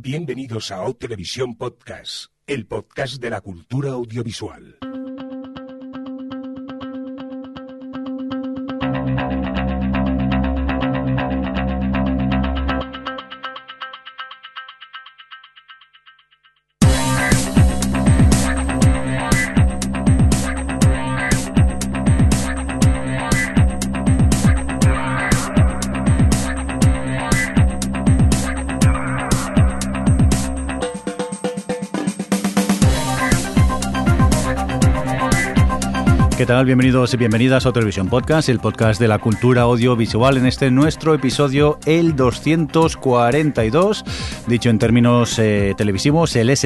Bienvenidos a O Televisión Podcast, el podcast de la cultura audiovisual. ¿Qué tal? Bienvenidos y bienvenidas a O Televisión Podcast, el podcast de la cultura audiovisual, en este nuestro episodio, el 242, dicho en términos televisivos, el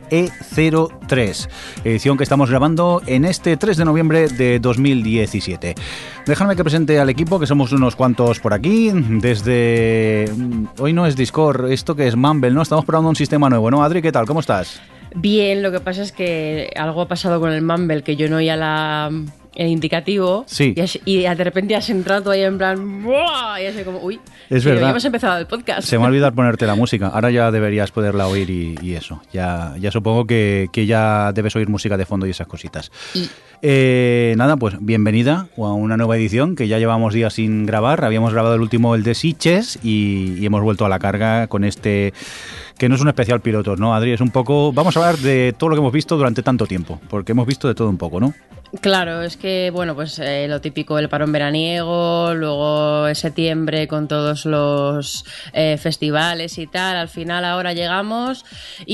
S12E03, edición que estamos grabando en este 3 de noviembre de 2017. Dejadme que presente al equipo, que somos unos cuantos por aquí, desde... Hoy no es Discord, esto que es Mumble, ¿no? Estamos probando un sistema nuevo, ¿no? Adri, ¿qué tal? ¿Cómo estás? Bien, lo que pasa es que algo ha pasado con el Mumble, que yo no oía el indicativo. Sí. Y de repente has entrado ahí en plan ¡buah! Y así como, uy, es verdad. Ya hemos empezado el podcast. Se me ha olvidado ponerte la música. Ahora ya deberías poderla oír y eso. Ya supongo que ya debes oír música de fondo y esas cositas. Nada, pues bienvenida a una nueva edición que ya llevamos días sin grabar. Habíamos grabado el último, el de Sitges, y hemos vuelto a la carga con este... que no es un especial pilotos, ¿no, Adri? Es un poco... Vamos a hablar de todo lo que hemos visto durante tanto tiempo, porque hemos visto de todo un poco, ¿no? Claro, es que, bueno, pues lo típico, el parón veraniego, luego septiembre con todos los festivales y tal. Al final ahora llegamos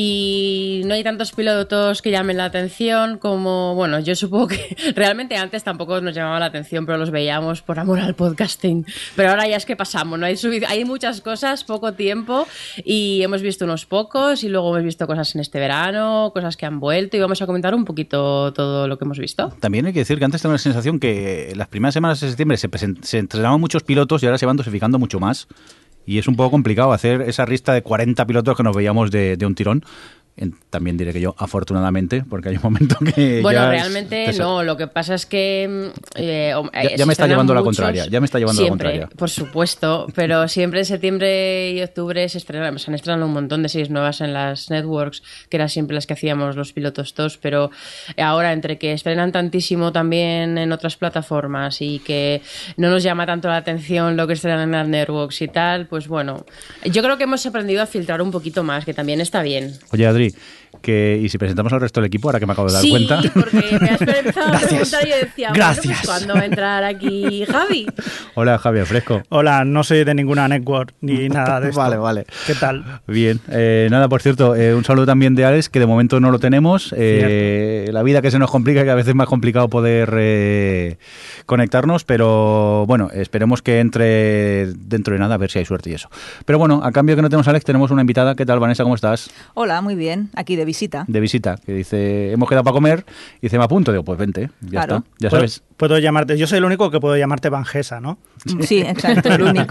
y no hay tantos pilotos que llamen la atención como, bueno, yo supongo que realmente antes tampoco nos llamaba la atención, pero los veíamos por amor al podcasting. Pero ahora ya es que pasamos, ¿no? Hay muchas cosas, poco tiempo, y hemos visto unos pocos y luego hemos visto cosas en este verano, cosas que han vuelto, y vamos a comentar un poquito todo lo que hemos visto. También hay que decir que antes tengo la sensación que las primeras semanas de septiembre se entrenaban muchos pilotos y ahora se van dosificando mucho más. Y es un poco complicado hacer esa lista de 40 pilotos que nos veíamos de un tirón. También diré que yo, afortunadamente, porque hay un momento que... Bueno, ya realmente no, lo que pasa es que... ya me está llevando la contraria, siempre, por supuesto, pero siempre en septiembre y octubre se han estrenado un montón de series nuevas en las networks, que eran siempre las que hacíamos los pilotos todos, pero ahora entre que estrenan tantísimo también en otras plataformas y que no nos llama tanto la atención lo que estrenan en las networks y tal, pues bueno, yo creo que hemos aprendido a filtrar un poquito más, que también está bien. Oye, Adri, y si presentamos al resto del equipo, ahora que me acabo de dar cuenta. Sí, porque me has empezado a preguntar y yo decía, gracias. Bueno, pues ¿cuándo va a entrar aquí Javi? Hola, Javier Fresco. Hola, no soy de ninguna network ni nada de esto. Vale. ¿Qué tal? Bien. Nada, por cierto, un saludo también de Alex, que de momento no lo tenemos. La vida que se nos complica, que a veces es más complicado poder conectarnos, pero bueno, esperemos que entre dentro de nada, a ver si hay suerte y eso. Pero bueno, a cambio que no tenemos a Alex, tenemos una invitada. ¿Qué tal, Vanessa? ¿Cómo estás? Hola, muy bien. Aquí de visita. De visita, que dice, hemos quedado para comer, y dice, me apunto. Digo, pues vente, ya claro. está, ya sabes. Puedo llamarte, yo soy el único que puedo llamarte Vangesa, ¿no? Sí, exacto, el único.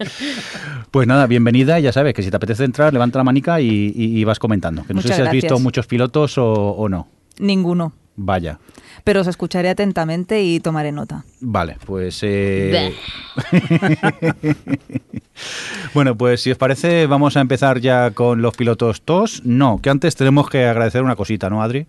Pues nada, bienvenida, ya sabes que si te apetece entrar, levanta la manica y vas comentando. Que no sé si has visto muchos pilotos o no. Ninguno. Vaya. Pero os escucharé atentamente y tomaré nota. Vale, pues... Bueno, pues si os parece, vamos a empezar ya con los pilotos TOS. No, que antes tenemos que agradecer una cosita, ¿no, Adri?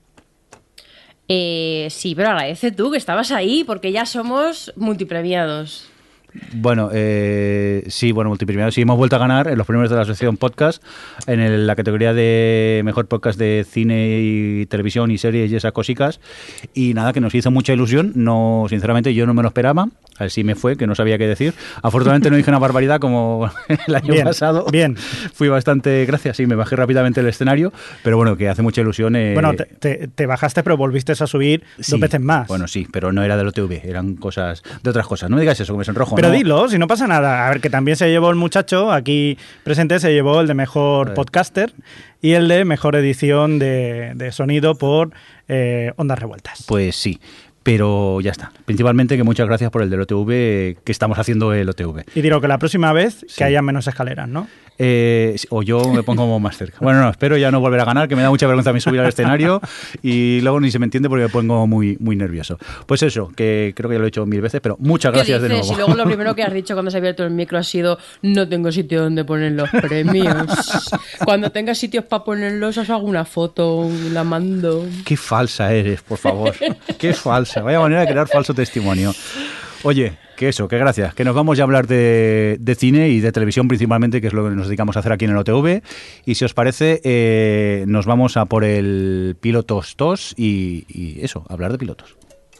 Sí, pero agradece tú que estabas ahí, porque ya somos multipremiados. Bueno, sí, multipremiados. Sí, hemos vuelto a ganar en los premios de la Asociación Podcast en la categoría de mejor podcast de cine y televisión y series y esas cositas. Y nada, que nos hizo mucha ilusión. No, sinceramente, yo no me lo esperaba. Así me fue, que no sabía qué decir. Afortunadamente no dije una barbaridad como el año pasado. Bien. Fui bastante, gracias, sí, me bajé rápidamente del escenario, pero bueno, que hace mucha ilusión. Bueno, te bajaste, pero volviste a subir sí, 2 veces más. Bueno, sí, pero no era de lo TV, eran cosas de otras cosas. No me digas eso, que me sonrojo. Pero ¿no? dilo, si no pasa nada. A ver, que también se llevó el muchacho aquí presente, se llevó el de mejor podcaster y el de mejor edición de sonido por Ondas Revueltas. Pues sí. Pero ya está. Principalmente que muchas gracias por el del OTV, que estamos haciendo el OTV. Y digo que la próxima vez Sí. que haya menos escaleras, ¿no? O yo me pongo más cerca. Bueno, no, espero ya no volver a ganar, que me da mucha vergüenza a mí subir al escenario y luego ni se me entiende porque me pongo muy, muy nervioso. Pues eso, que creo que ya lo he hecho 1000 veces, pero muchas gracias de nuevo. Y luego lo primero que has dicho cuando se ha abierto el micro ha sido: no tengo sitio donde poner los premios. Cuando tenga sitios para ponerlos, os hago una foto, la mando. Qué falsa eres, por favor. Qué falsa. Vaya manera de crear falso testimonio. Oye, que eso, que gracias. Que nos vamos ya a hablar de cine y de televisión principalmente, que es lo que nos dedicamos a hacer aquí en el OTV. Y si os parece, nos vamos a por el Pilotos 2 y eso, hablar de pilotos.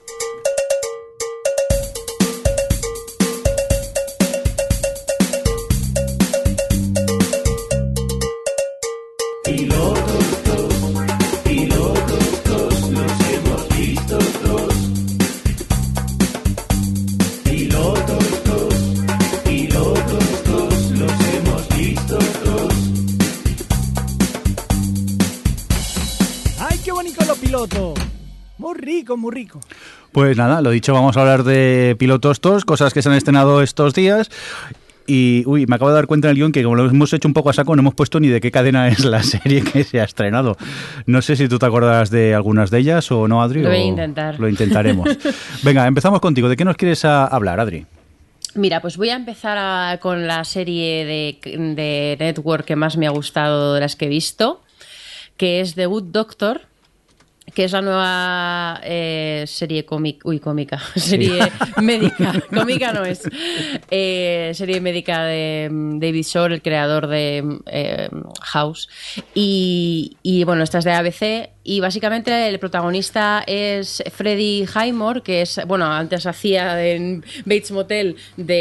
¡Ay, qué bonito los pilotos! Muy rico, muy rico. Pues nada, lo dicho, vamos a hablar de Pilotos 2, cosas que se han estrenado estos días. Y, me acabo de dar cuenta en el guión que como lo hemos hecho un poco a saco, no hemos puesto ni de qué cadena es la serie que se ha estrenado. No sé si tú te acuerdas de algunas de ellas o no, Adri. Lo voy a intentar. Lo intentaremos. Venga, empezamos contigo. ¿De qué nos quieres hablar, Adri? Mira, pues voy a empezar con la serie de Network que más me ha gustado de las que he visto, que es The Good Doctor, que es la nueva serie cómica, serie médica, cómica no es, serie médica de David Shore, el creador de House, y bueno, esta es de ABC, y básicamente el protagonista es Freddie Highmore, que es, bueno, antes hacía en Bates Motel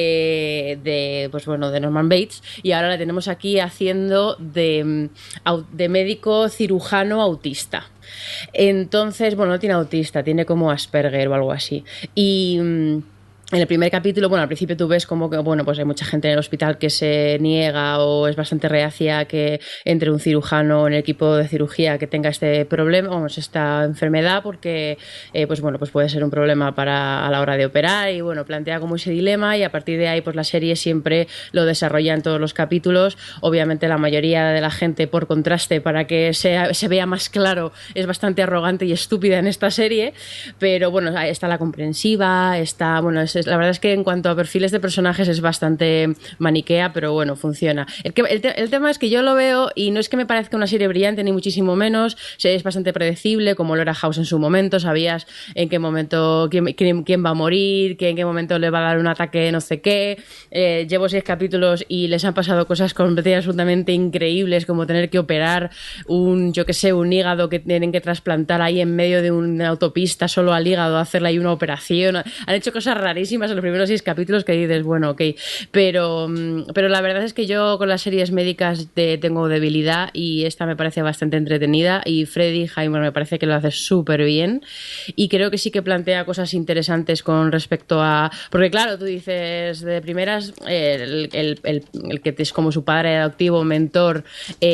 de Norman Bates, y ahora la tenemos aquí haciendo de médico cirujano autista. Entonces, bueno, no tiene autista, tiene como Asperger o algo así. Y en el primer capítulo, bueno, al principio tú ves como que, bueno, pues hay mucha gente en el hospital que se niega o es bastante reacia a que entre un cirujano en el equipo de cirugía que tenga este problema, vamos, esta enfermedad, porque, pues puede ser un problema a la hora de operar, y bueno, plantea como ese dilema, y a partir de ahí, pues la serie siempre lo desarrolla en todos los capítulos. Obviamente la mayoría de la gente, por contraste, para que se vea más claro, es bastante arrogante y estúpida en esta serie, pero bueno, está la comprensiva, está, bueno, la verdad es que en cuanto a perfiles de personajes es bastante maniquea, pero bueno, funciona. El tema es que yo lo veo y no es que me parezca una serie brillante, ni muchísimo menos, es bastante predecible, como lo era House en su momento, sabías en qué momento quién va a morir, en qué momento le va a dar un ataque no sé qué. Llevo 6 capítulos y les han pasado cosas completamente absolutamente increíbles, como tener que operar un hígado que tienen que trasplantar ahí en medio de una autopista solo al hígado, hacerle ahí una operación. Han hecho cosas rarísimas en los primeros 6 capítulos que dices, bueno, ok, pero la verdad es que yo con las series médicas tengo debilidad, y esta me parece bastante entretenida, y Freddie Highmore me parece que lo hace súper bien, y creo que sí que plantea cosas interesantes con respecto a, porque claro, tú dices de primeras el que es como su padre adoptivo, mentor,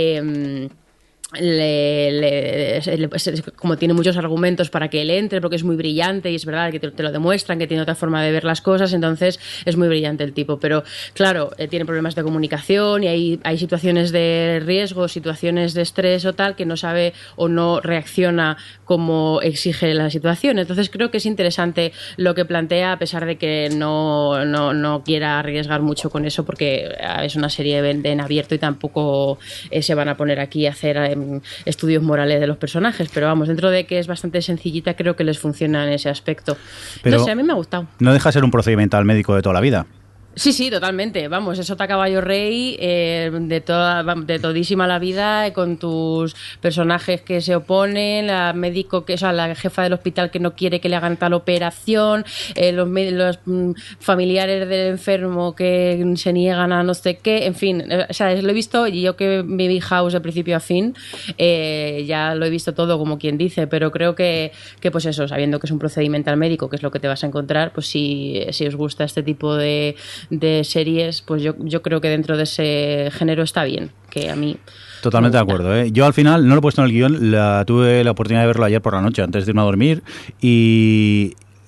como tiene muchos argumentos para que él entre, porque es muy brillante, y es verdad que te lo demuestran, que tiene otra forma de ver las cosas, entonces es muy brillante el tipo, pero claro, tiene problemas de comunicación, y hay situaciones de riesgo, situaciones de estrés o tal, que no sabe o no reacciona como exige la situación. Entonces creo que es interesante lo que plantea, a pesar de que no quiera arriesgar mucho con eso, porque es una serie en abierto y tampoco se van a poner aquí a hacer estudios morales de los personajes, pero vamos, dentro de que es bastante sencillita, creo que les funciona en ese aspecto. Pero no sé, a mí me ha gustado. No deja de ser un procedimental médico de toda la vida. Sí, totalmente. Vamos, es sota caballo rey de todísima la vida, con tus personajes que se oponen, la médico la jefa del hospital que no quiere que le hagan tal operación, los familiares del enfermo que se niegan a no sé qué, en fin, lo he visto, y yo que me vi House de principio a fin, ya lo he visto todo, como quien dice, pero creo que pues eso, sabiendo que es un procedimental médico, que es lo que te vas a encontrar, pues si os gusta este tipo de series, pues yo creo que dentro de ese género está bien, que a mí... Totalmente de acuerdo, ¿eh? Yo al final no lo he puesto en el guión, tuve la oportunidad de verlo ayer por la noche antes de irme a dormir, y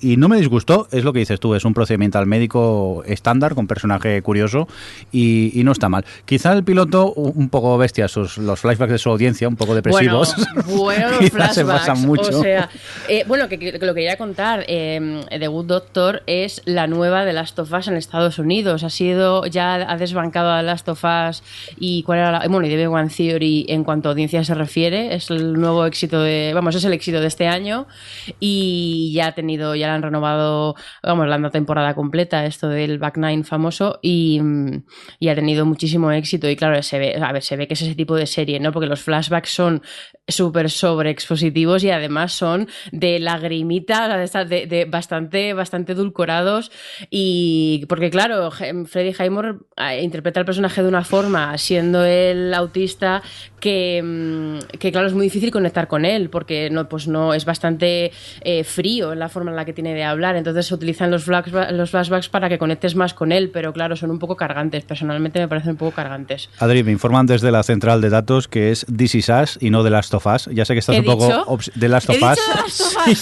y no me disgustó, es lo que dices tú, es un procedimiento médico estándar con personaje curioso y no está mal. Quizá el piloto un poco bestia, los flashbacks de su audiencia, un poco depresivos. Bueno, los Quizás se flashbacks, pasan mucho. o sea, bueno, que lo quería contar, The Good Doctor es la nueva de Last of Us en Estados Unidos, ya ha desbancado a Last of Us y cuál era y de Big Bang Theory en cuanto a audiencia se refiere, es el nuevo éxito es el éxito de este año y ya la han renovado, la han dado temporada completa, esto del Back Nine famoso y ha tenido muchísimo éxito y claro, se ve que es ese tipo de serie, ¿no? Porque los flashbacks son súper sobreexpositivos y además son de lagrimita, de bastante edulcorados y porque claro, Freddie Highmore interpreta al personaje de una forma, siendo el autista, que claro, es muy difícil conectar con él porque no es bastante frío en la forma en la que tiene de hablar, entonces se utilizan los flashbacks para que conectes más con él, pero claro, son un poco cargantes, personalmente me parecen un poco cargantes. Adri, me informan desde la central de datos que es This Is Us y no The Last of Us. Ya sé que estás un poco de Last of Us.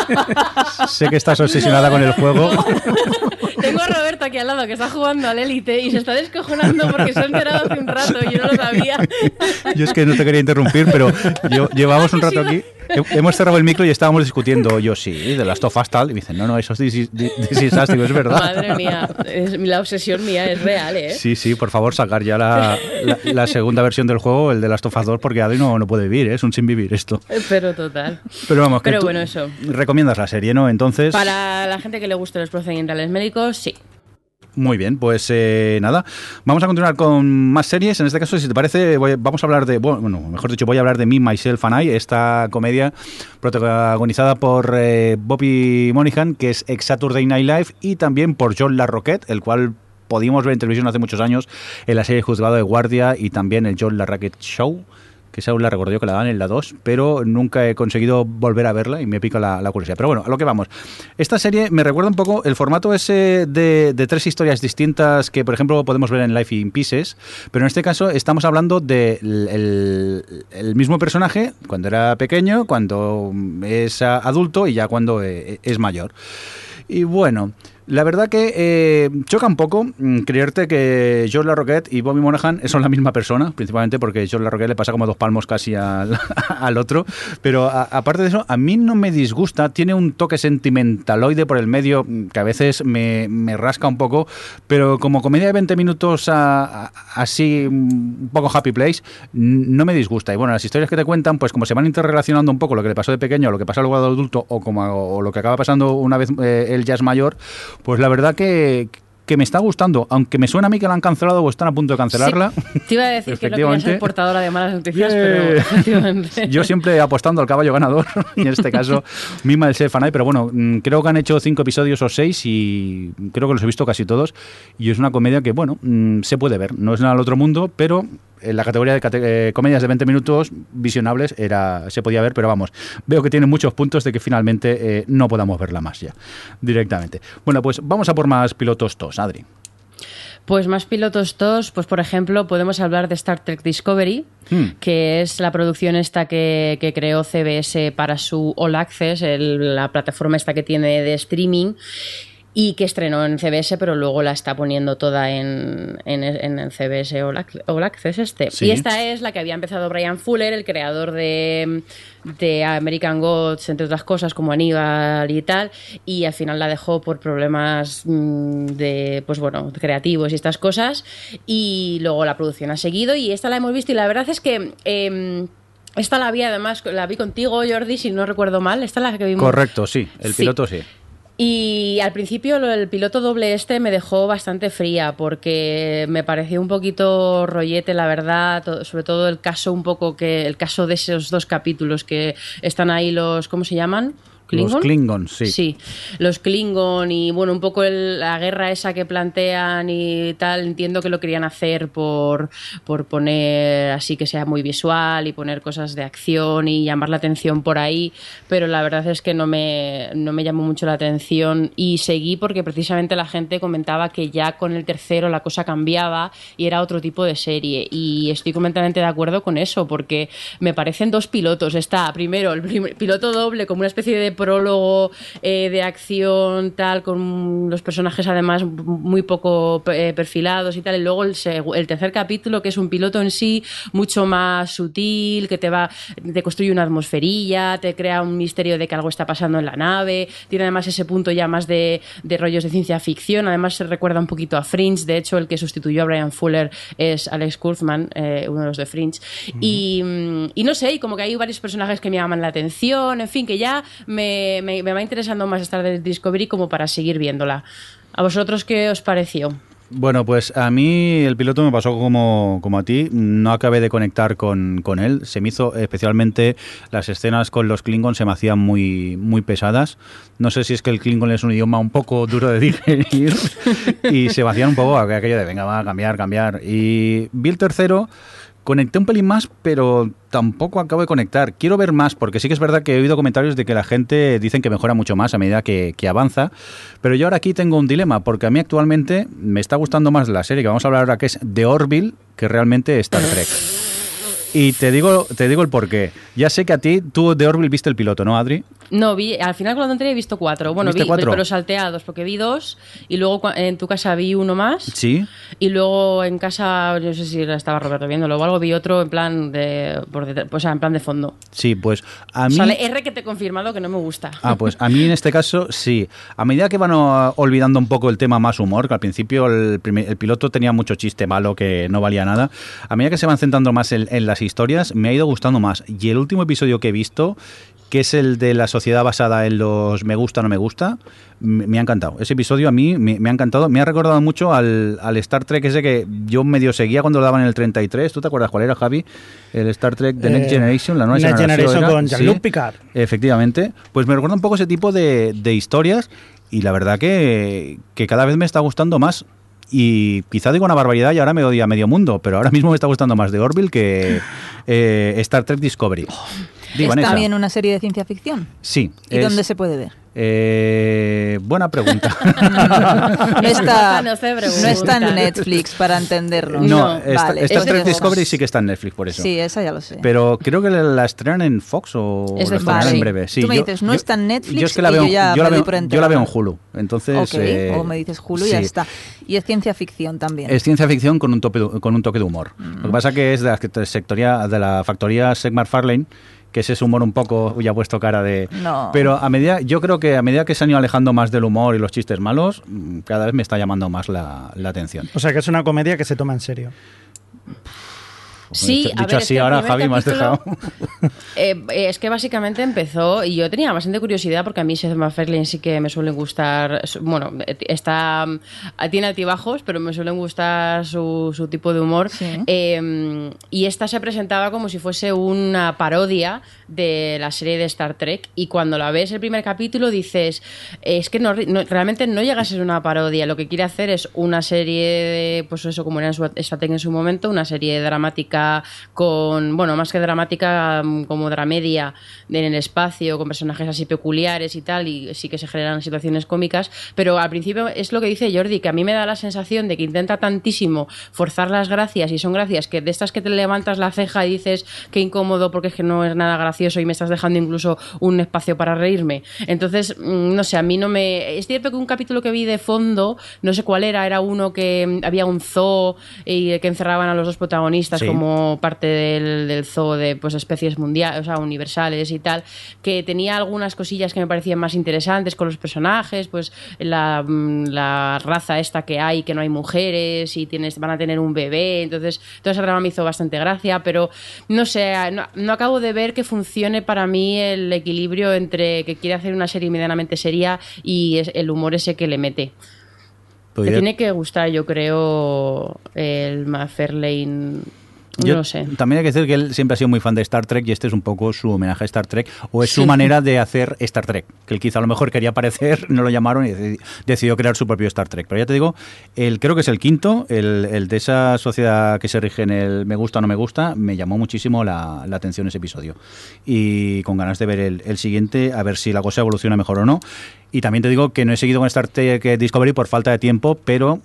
Sé que estás obsesionada con el juego. Tengo a Roberto aquí al lado que está jugando al Élite y se está descojonando porque se ha enterado hace un rato y yo no lo sabía. Yo es que no te quería interrumpir, pero llevamos un rato aquí. Hemos cerrado el micro y estábamos discutiendo. Yo sí, de Last of Us tal. Y me dicen, no, eso es This Is Us. Digo, es verdad. Madre mía, la obsesión mía es real, ¿eh? Sí, por favor, sacar ya la segunda versión del juego, el de Last of Us 2, porque Adri no puede vivir, ¿eh? Es un sin vivir esto. Pero total. Pero vamos, que bueno, eso. Recomiendas la serie, ¿no? Entonces. Para la gente que le gusten los procedimientos médicos, sí. Muy bien, pues nada, vamos a continuar con más series. En este caso, si te parece, vamos a hablar voy a hablar de Me, Myself and I, esta comedia protagonizada por Bobby Moynihan, que es ex Saturday Night Live, y también por John LaRoquette, el cual pudimos ver en televisión hace muchos años en la serie Juzgado de Guardia y también el John LaRoquette Show, que esa la recuerdo yo que la dan en la 2, pero nunca he conseguido volver a verla y me pica la curiosidad. Pero bueno, a lo que vamos. Esta serie me recuerda un poco el formato ese de tres historias distintas que, por ejemplo, podemos ver en Life in Pieces, pero en este caso estamos hablando del el mismo personaje cuando era pequeño, cuando es adulto y ya cuando es mayor. Y bueno, la verdad que choca un poco creerte que George LaRoquette y Bobby Moynihan son la misma persona, principalmente porque George LaRoquette le pasa como 2 palmos casi al otro, pero aparte de eso, a mí no me disgusta, tiene un toque sentimentaloide por el medio que a veces me rasca un poco, pero como comedia de 20 minutos así, un poco happy place, no me disgusta. Y bueno, las historias que te cuentan, pues como se van interrelacionando un poco lo que le pasó de pequeño, lo que pasa luego de adulto o lo que acaba pasando una vez él ya es mayor, pues la verdad que me está gustando, aunque me suena a mí que la han cancelado o están a punto de cancelarla. Sí, te iba a decir que no quería ser portadora de malas noticias, pero efectivamente. Yo siempre apostando al caballo ganador, y en este caso Me, Myself and I, pero bueno, creo que han hecho 5 episodios o 6 y creo que los he visto casi todos, y es una comedia que, bueno, se puede ver, no es nada del otro mundo, pero en la categoría de comedias de 20 minutos visionables se podía ver, pero vamos, veo que tiene muchos puntos de que finalmente no podamos verla más ya, directamente. Bueno, pues vamos a por más pilotos TOS, Adri. Pues más pilotos TOS, pues por ejemplo podemos hablar de Star Trek Discovery, que es la producción esta que creó CBS para su All Access, la plataforma esta que tiene de streaming, y que estrenó en CBS, pero luego la está poniendo toda en el CBS All Access Sí. Y esta es la que había empezado Brian Fuller, el creador de American Gods, entre otras cosas, como Aníbal y tal, y al final la dejó por problemas creativos y estas cosas, y luego la producción ha seguido, y esta la hemos visto, y la verdad es que esta la vi contigo, Jordi, si no recuerdo mal, esta es la que vimos. Correcto, sí, el piloto sí. Y al principio el piloto doble me dejó bastante fría porque me pareció un poquito rollete, la verdad, sobre todo el caso de esos 2 capítulos que están ahí ¿cómo se llaman? ¿Klingon? Los Klingons, sí. Sí, los Klingon y bueno, un poco la guerra esa que plantean y tal, entiendo que lo querían hacer por poner así que sea muy visual y poner cosas de acción y llamar la atención por ahí, pero la verdad es que no me llamó mucho la atención y seguí porque precisamente la gente comentaba que ya con el tercero la cosa cambiaba y era otro tipo de serie, y estoy completamente de acuerdo con eso porque me parecen 2 pilotos. Está primero el piloto doble como una especie de prólogo de acción, tal, con los personajes además muy poco perfilados y tal, y luego el tercer capítulo, que es un piloto en sí mucho más sutil, que te construye una atmosferilla, te crea un misterio de que algo está pasando en la nave, tiene además ese punto ya más de rollos de ciencia ficción, además se recuerda un poquito a Fringe, de hecho el que sustituyó a Brian Fuller es Alex Kurtzman, uno de los de Fringe, y no sé, y como que hay varios personajes que me llaman la atención, en fin, que ya me va interesando más Star Trek Discovery como para seguir viéndola. ¿A vosotros qué os pareció? Bueno, pues a mí el piloto me pasó como a ti, no acabé de conectar con él, se me hizo, especialmente las escenas con los Klingons se me hacían muy, muy pesadas, no sé si es que el Klingon es un idioma un poco duro de digerir y se me hacían un poco aquello de venga, va a cambiar, y vi el tercero. Conecté un pelín más, pero tampoco acabo de conectar. Quiero ver más, porque sí que es verdad que he oído comentarios de que la gente dicen que mejora mucho más a medida que avanza. Pero yo ahora aquí tengo un dilema, porque a mí actualmente me está gustando más la serie que vamos a hablar ahora, que es The Orville, que realmente Star Trek. Y te digo el porqué. Ya sé que a ti, tú de Orville viste el piloto, ¿no, Adri? No, al final con la tontería he visto 4. Bueno, vi 4? Pero salteados, porque vi 2 y luego en tu casa vi uno más. Sí. Y luego en casa, no sé si estaba Roberto viéndolo o algo, vi otro en plan en plan de fondo. Sí, pues a mí... O sea, R que te he confirmado que no me gusta. Ah, pues a mí en este caso sí. A medida que van olvidando un poco el tema más humor, que al principio el piloto tenía mucho chiste malo que no valía nada, a medida que se van centrando más en las historias, me ha ido gustando más. Y el último episodio que he visto, que es el de la sociedad basada en los me gusta, no me gusta, me ha encantado. Ese episodio a mí me ha encantado. Me ha recordado mucho al Star Trek ese que yo medio seguía cuando lo daban en el 33. ¿Tú te acuerdas cuál era, Javi? El Star Trek The Next Generation, la nueva Next Generation con Jean-Luc Picard. Efectivamente. Pues me recuerda un poco ese tipo de historias y la verdad que cada vez me está gustando más. Y quizá digo una barbaridad y ahora me odia medio mundo, pero ahora mismo me está gustando más The Orville que Star Trek Discovery. ¿Es también una serie de ciencia ficción? Sí. ¿Y dónde se puede ver? Buena pregunta. No está en Netflix para entenderlo. No, vale, Star Trek Discovery sí que está en Netflix, por eso. Sí, esa ya lo sé. Pero creo que la estrenan en Fox o es la estrenan en breve. Sí, tú me dices, no está en Netflix, yo es que la veo, y yo ya me doy por enterada. Yo la veo en Hulu. Entonces, ok, o me dices Hulu y ya está. Y es ciencia ficción también. Es ciencia ficción con un toque de humor. Lo que pasa que es de la factoría Seth MacFarlane, que es ese humor un poco, ya he puesto cara de... No. Pero yo creo que a medida que se han ido alejando más del humor y los chistes malos, cada vez me está llamando más la atención. O sea que es una comedia que se toma en serio. Sí, dicho así, ahora Javi me has dejado. Es que básicamente empezó y yo tenía bastante curiosidad porque a mí Seth MacFarlane sí que me suelen gustar. Bueno, tiene altibajos, pero me suelen gustar su tipo de humor. Sí. Y esta se presentaba como si fuese una parodia de la serie de Star Trek. Y cuando la ves el primer capítulo dices, es que realmente no llega a ser una parodia. Lo que quiere hacer es una serie de, pues eso, como era Star Trek en su momento, una serie dramática con, bueno, más que dramática, como dramedia en el espacio, con personajes así peculiares y tal, y sí que se generan situaciones cómicas, pero al principio es lo que dice Jordi, que a mí me da la sensación de que intenta tantísimo forzar las gracias, y son gracias que de estas que te levantas la ceja y dices qué incómodo porque es que no es nada gracioso y me estás dejando incluso un espacio para reírme. Entonces, no sé, a mí no me... Es cierto que un capítulo que vi de fondo, no sé cuál era uno que había un zoo y que encerraban a los dos protagonistas, sí, como parte del zoo de, pues, especies mundiales, o sea, universales y tal, que tenía algunas cosillas que me parecían más interesantes con los personajes, pues la raza esta que hay, que no hay mujeres y van a tener un bebé, entonces toda esa trama me hizo bastante gracia, pero no sé, no acabo de ver que funcione para mí el equilibrio entre que quiere hacer una serie medianamente seria y el humor ese que le mete. Te tiene que gustar, yo creo, el MacFarlane. No lo sé. También hay que decir que él siempre ha sido muy fan de Star Trek y este es un poco su homenaje a Star Trek, o es su manera de hacer Star Trek, que él quizá a lo mejor quería aparecer, no lo llamaron y decidió crear su propio Star Trek. Pero ya te digo, creo que es el quinto, el de esa sociedad que se rige en el me gusta o no me gusta, me llamó muchísimo la atención ese episodio. Y con ganas de ver el siguiente, a ver si la cosa evoluciona mejor o no. Y también te digo que no he seguido con Star Trek Discovery por falta de tiempo, pero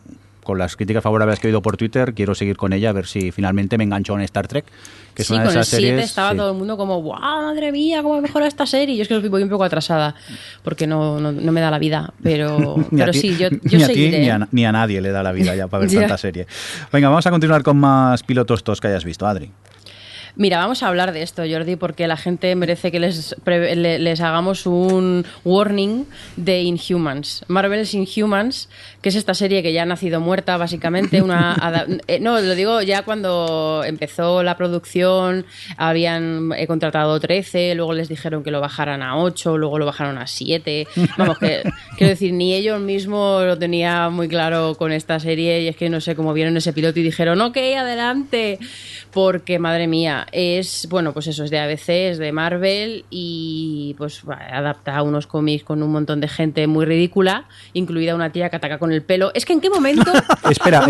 con las críticas favorables que he oído por Twitter, quiero seguir con ella a ver si finalmente me engancho en Star Trek, que es una de esas series. Sí, con el 7 estaba todo el mundo como, ¡guau, madre mía, cómo mejora esta serie! Yo es que voy un poco atrasada, porque no me da la vida, pero sí, yo ni seguiré. A ti ni a nadie le da la vida ya para ver tanta serie. Venga, vamos a continuar con más pilotos tos que hayas visto, Adri. Mira, vamos a hablar de esto, Jordi, porque la gente merece que les hagamos un warning de Inhumans. Marvel's Inhumans, que es esta serie que ya ha nacido muerta, básicamente. No, lo digo ya cuando empezó la producción, habían contratado 13, luego les dijeron que lo bajaran a 8, luego lo bajaron a 7. Vamos, que quiero decir, ni ellos mismos lo tenían muy claro con esta serie, y es que no sé cómo vieron ese piloto y dijeron, ok, adelante, porque, madre mía, es, bueno, pues eso, es de ABC, es de Marvel y pues adapta a unos cómics con un montón de gente muy ridícula, incluida una tía que ataca con el pelo. Es que ¿en qué momento? Espera,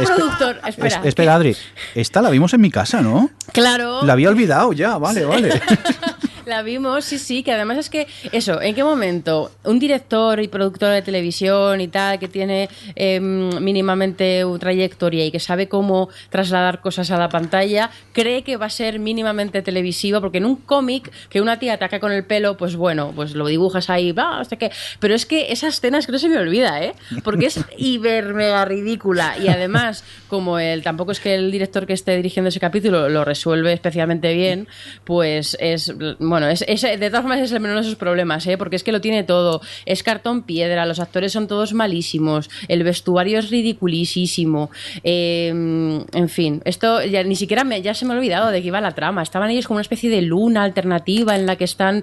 Adri, esta la vimos en mi casa, ¿no? Claro. La había olvidado ya, vale. La vimos, sí, que además es que eso, ¿en qué momento un director y productor de televisión y tal, que tiene mínimamente una trayectoria y que sabe cómo trasladar cosas a la pantalla, cree que va a ser mínimamente televisiva? Porque en un cómic que una tía ataca con el pelo, pues bueno, pues lo dibujas ahí, hasta que... Pero es que esa escena es que no se me olvida, porque es hiper mega ridícula, y además, como tampoco es que el director que esté dirigiendo ese capítulo lo resuelve especialmente bien, pues es... Bueno, de todas formas es el menor de sus problemas, porque es que lo tiene todo. Es cartón piedra, los actores son todos malísimos, el vestuario es ridiculísimo. En fin, esto ya ni siquiera ya se me ha olvidado de que iba la trama. Estaban ellos como una especie de luna alternativa en la que están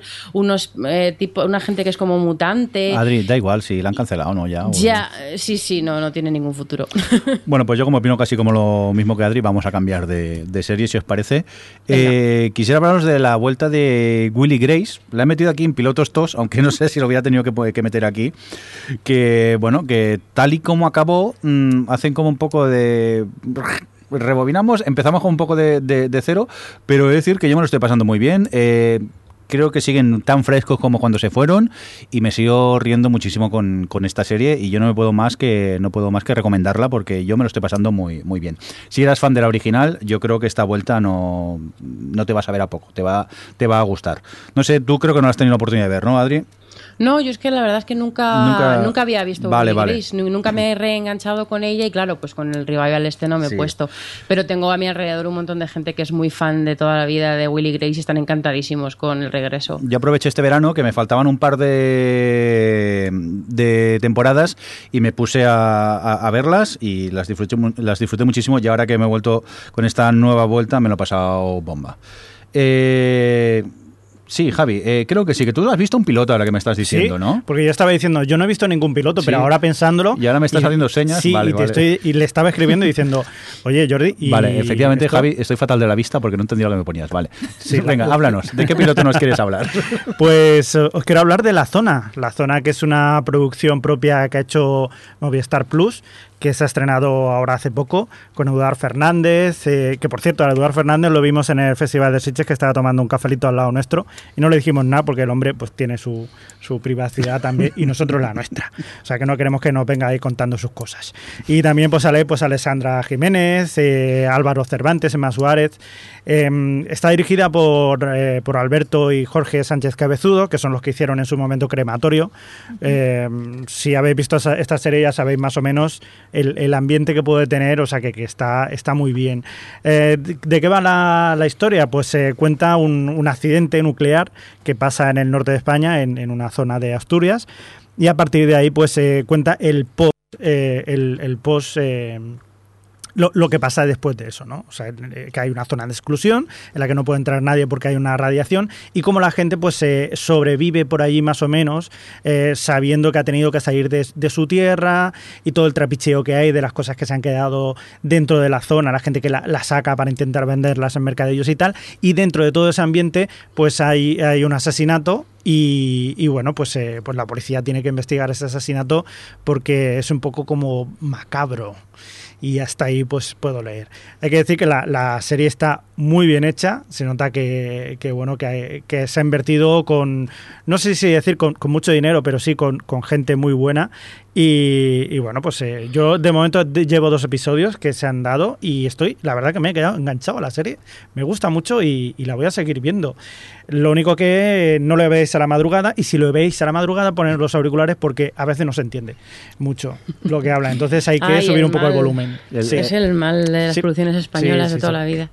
una gente que es como mutante. Adri, da igual si la han cancelado o no ya. Ya, sí, no tiene ningún futuro. Bueno, pues yo como opino casi como lo mismo que Adri, vamos a cambiar de serie, si os parece. Quisiera hablaros de la vuelta de Will y Grace. La he metido aquí en pilotos tos, aunque no sé si lo hubiera tenido que meter aquí, que bueno, que tal y como acabó, hacen como un poco de... rebobinamos, empezamos con un poco de cero, pero he de decir que yo me lo estoy pasando muy bien. Creo que siguen tan frescos como cuando se fueron, y me sigo riendo muchísimo con esta serie, y yo no puedo más que recomendarla, porque yo me lo estoy pasando muy, muy bien. Si eras fan de la original, yo creo que esta vuelta no te vas a ver a poco, te va a gustar. No sé, tú creo que no has tenido la oportunidad de ver, ¿no, Adri? No, yo es que la verdad es que nunca había visto Will y Grace, nunca me he reenganchado con ella, y claro, pues con el revival no me he puesto. Pero tengo a mi alrededor un montón de gente que es muy fan de toda la vida de Will y Grace y están encantadísimos con el regreso. Yo aproveché este verano que me faltaban un par de temporadas y me puse a verlas y las disfruté muchísimo, y ahora que me he vuelto con esta nueva vuelta me lo he pasado bomba. Sí, Javi, creo que sí, que tú has visto un piloto ahora que me estás diciendo, sí, ¿no? Porque yo estaba diciendo, yo no he visto ningún piloto, pero ahora pensándolo... Y ahora me estás haciendo señas, sí, vale, y le estaba escribiendo y diciendo, oye, Jordi... Vale, efectivamente, esto... Javi, estoy fatal de la vista porque no entendí lo que me ponías, vale. Sí, venga, háblanos, ¿de qué piloto nos quieres hablar? Pues os quiero hablar de La Zona, que es una producción propia que ha hecho Movistar Plus, que se ha estrenado ahora hace poco con Eduard Fernández, que por cierto, a Eduard Fernández lo vimos en el Festival de Sitges, que estaba tomando un cafelito al lado nuestro, y no le dijimos nada porque el hombre pues tiene su privacidad también y nosotros la nuestra, o sea que no queremos que nos venga ahí contando sus cosas. Y también pues sale pues Alessandra Jiménez, Álvaro Cervantes, Emma Suárez. Está dirigida por Alberto y Jorge Sánchez Cabezudo, que son los que hicieron en su momento Crematorio. Si habéis visto esta serie ya sabéis más o menos el ambiente que puede tener, o sea que está muy bien. ¿De qué va la historia? Pues cuenta un accidente nuclear que pasa en el norte de España, en una zona de Asturias, y a partir de ahí pues cuenta el post lo que pasa después de eso, ¿no? O sea, que hay una zona de exclusión en la que no puede entrar nadie porque hay una radiación, y cómo la gente pues sobrevive por allí más o menos, sabiendo que ha tenido que salir de su tierra, y todo el trapicheo que hay de las cosas que se han quedado dentro de la zona, la gente que la saca para intentar venderlas en mercadillos y tal, y dentro de todo ese ambiente pues hay un asesinato. Y bueno, pues la policía tiene que investigar ese asesinato porque es un poco como macabro. Y hasta ahí pues puedo leer. Hay que decir que la serie está muy bien hecha, se nota que se ha invertido con, no sé si decir con mucho dinero, pero sí con gente muy buena. Y bueno, pues yo de momento llevo 2 episodios que se han dado y la verdad que me he quedado enganchado a la serie. Me gusta mucho y la voy a seguir viendo. Lo único que no lo veis a la madrugada, y si lo veis a la madrugada, poner los auriculares porque a veces no se entiende mucho lo que habla. Entonces hay que subir un poco el volumen. Es el mal de las producciones españolas de toda la vida.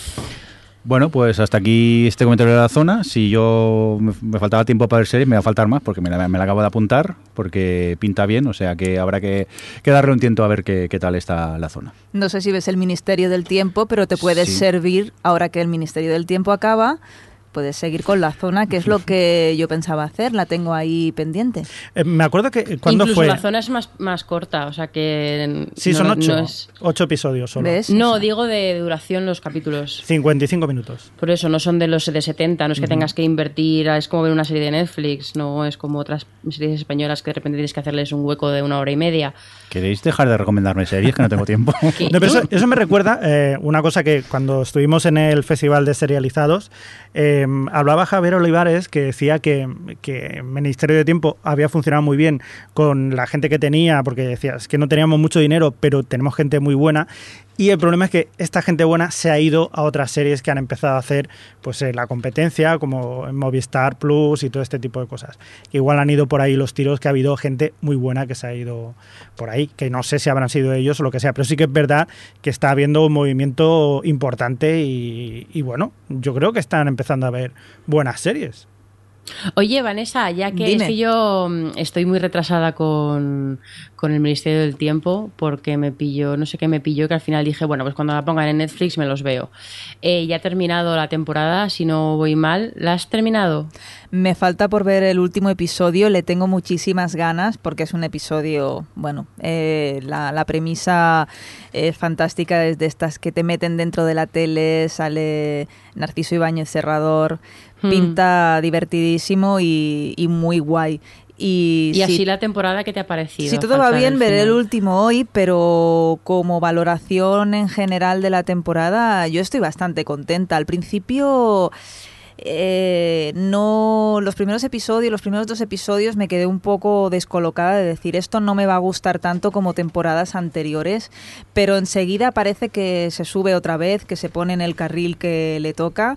Bueno, pues hasta aquí este comentario de la zona. Si yo me faltaba tiempo para ver series, me va a faltar más porque me la acabo de apuntar, porque pinta bien, o sea que habrá que darle un tiento a ver qué tal está la zona. No sé si ves el Ministerio del Tiempo, pero te puedes servir, ahora que el Ministerio del Tiempo acaba, puedes seguir con la zona, que es lo que yo pensaba hacer, la tengo ahí pendiente. Me acuerdo que cuando incluso fue... la zona es más corta, o sea que... Sí, son 8 episodios solo. ¿Ves? No, digo de duración los capítulos. 55 minutos. Por eso, no son de los de 70, no es que tengas que invertir, es como ver una serie de Netflix, no es como otras series españolas que de repente tienes que hacerles un hueco de 1 hora y media. ¿Queréis dejar de recomendarme series que no tengo tiempo? No, pero eso me recuerda una cosa que cuando estuvimos en el Festival de Serializados, hablaba Javier Olivares, que decía que Ministerio de Tiempo había funcionado muy bien con la gente que tenía, porque decía, es que no teníamos mucho dinero, pero tenemos gente muy buena. Y el problema es que esta gente buena se ha ido a otras series que han empezado a hacer pues la competencia, como en Movistar Plus y todo este tipo de cosas. Que igual han ido por ahí los tiros, que ha habido gente muy buena que se ha ido por ahí, que no sé si habrán sido ellos o lo que sea, pero sí que es verdad que está habiendo un movimiento importante y bueno, yo creo que están empezando a haber buenas series. Oye, Vanessa, ya que Dime. es que yo estoy muy retrasada con el Ministerio del Tiempo, porque me pilló, no sé qué me pilló, que al final dije, bueno, pues cuando la pongan en Netflix me los veo. Ya he terminado la temporada, si no voy mal. ¿La has terminado? Me falta por ver el último episodio, le tengo muchísimas ganas porque es un episodio, bueno, la premisa es fantástica, es de estas que te meten dentro de la tele, sale Narciso Ibáñez Serrador, pinta divertidísimo y muy guay. Y así si, la temporada, ¿qué te ha parecido? si todo va bien, veré el último hoy, pero como valoración en general de la temporada, yo estoy bastante contenta. Al principio... no, los primeros 2 episodios me quedé un poco descolocada de decir esto no me va a gustar tanto como temporadas anteriores, pero enseguida parece que se sube otra vez, que se pone en el carril que le toca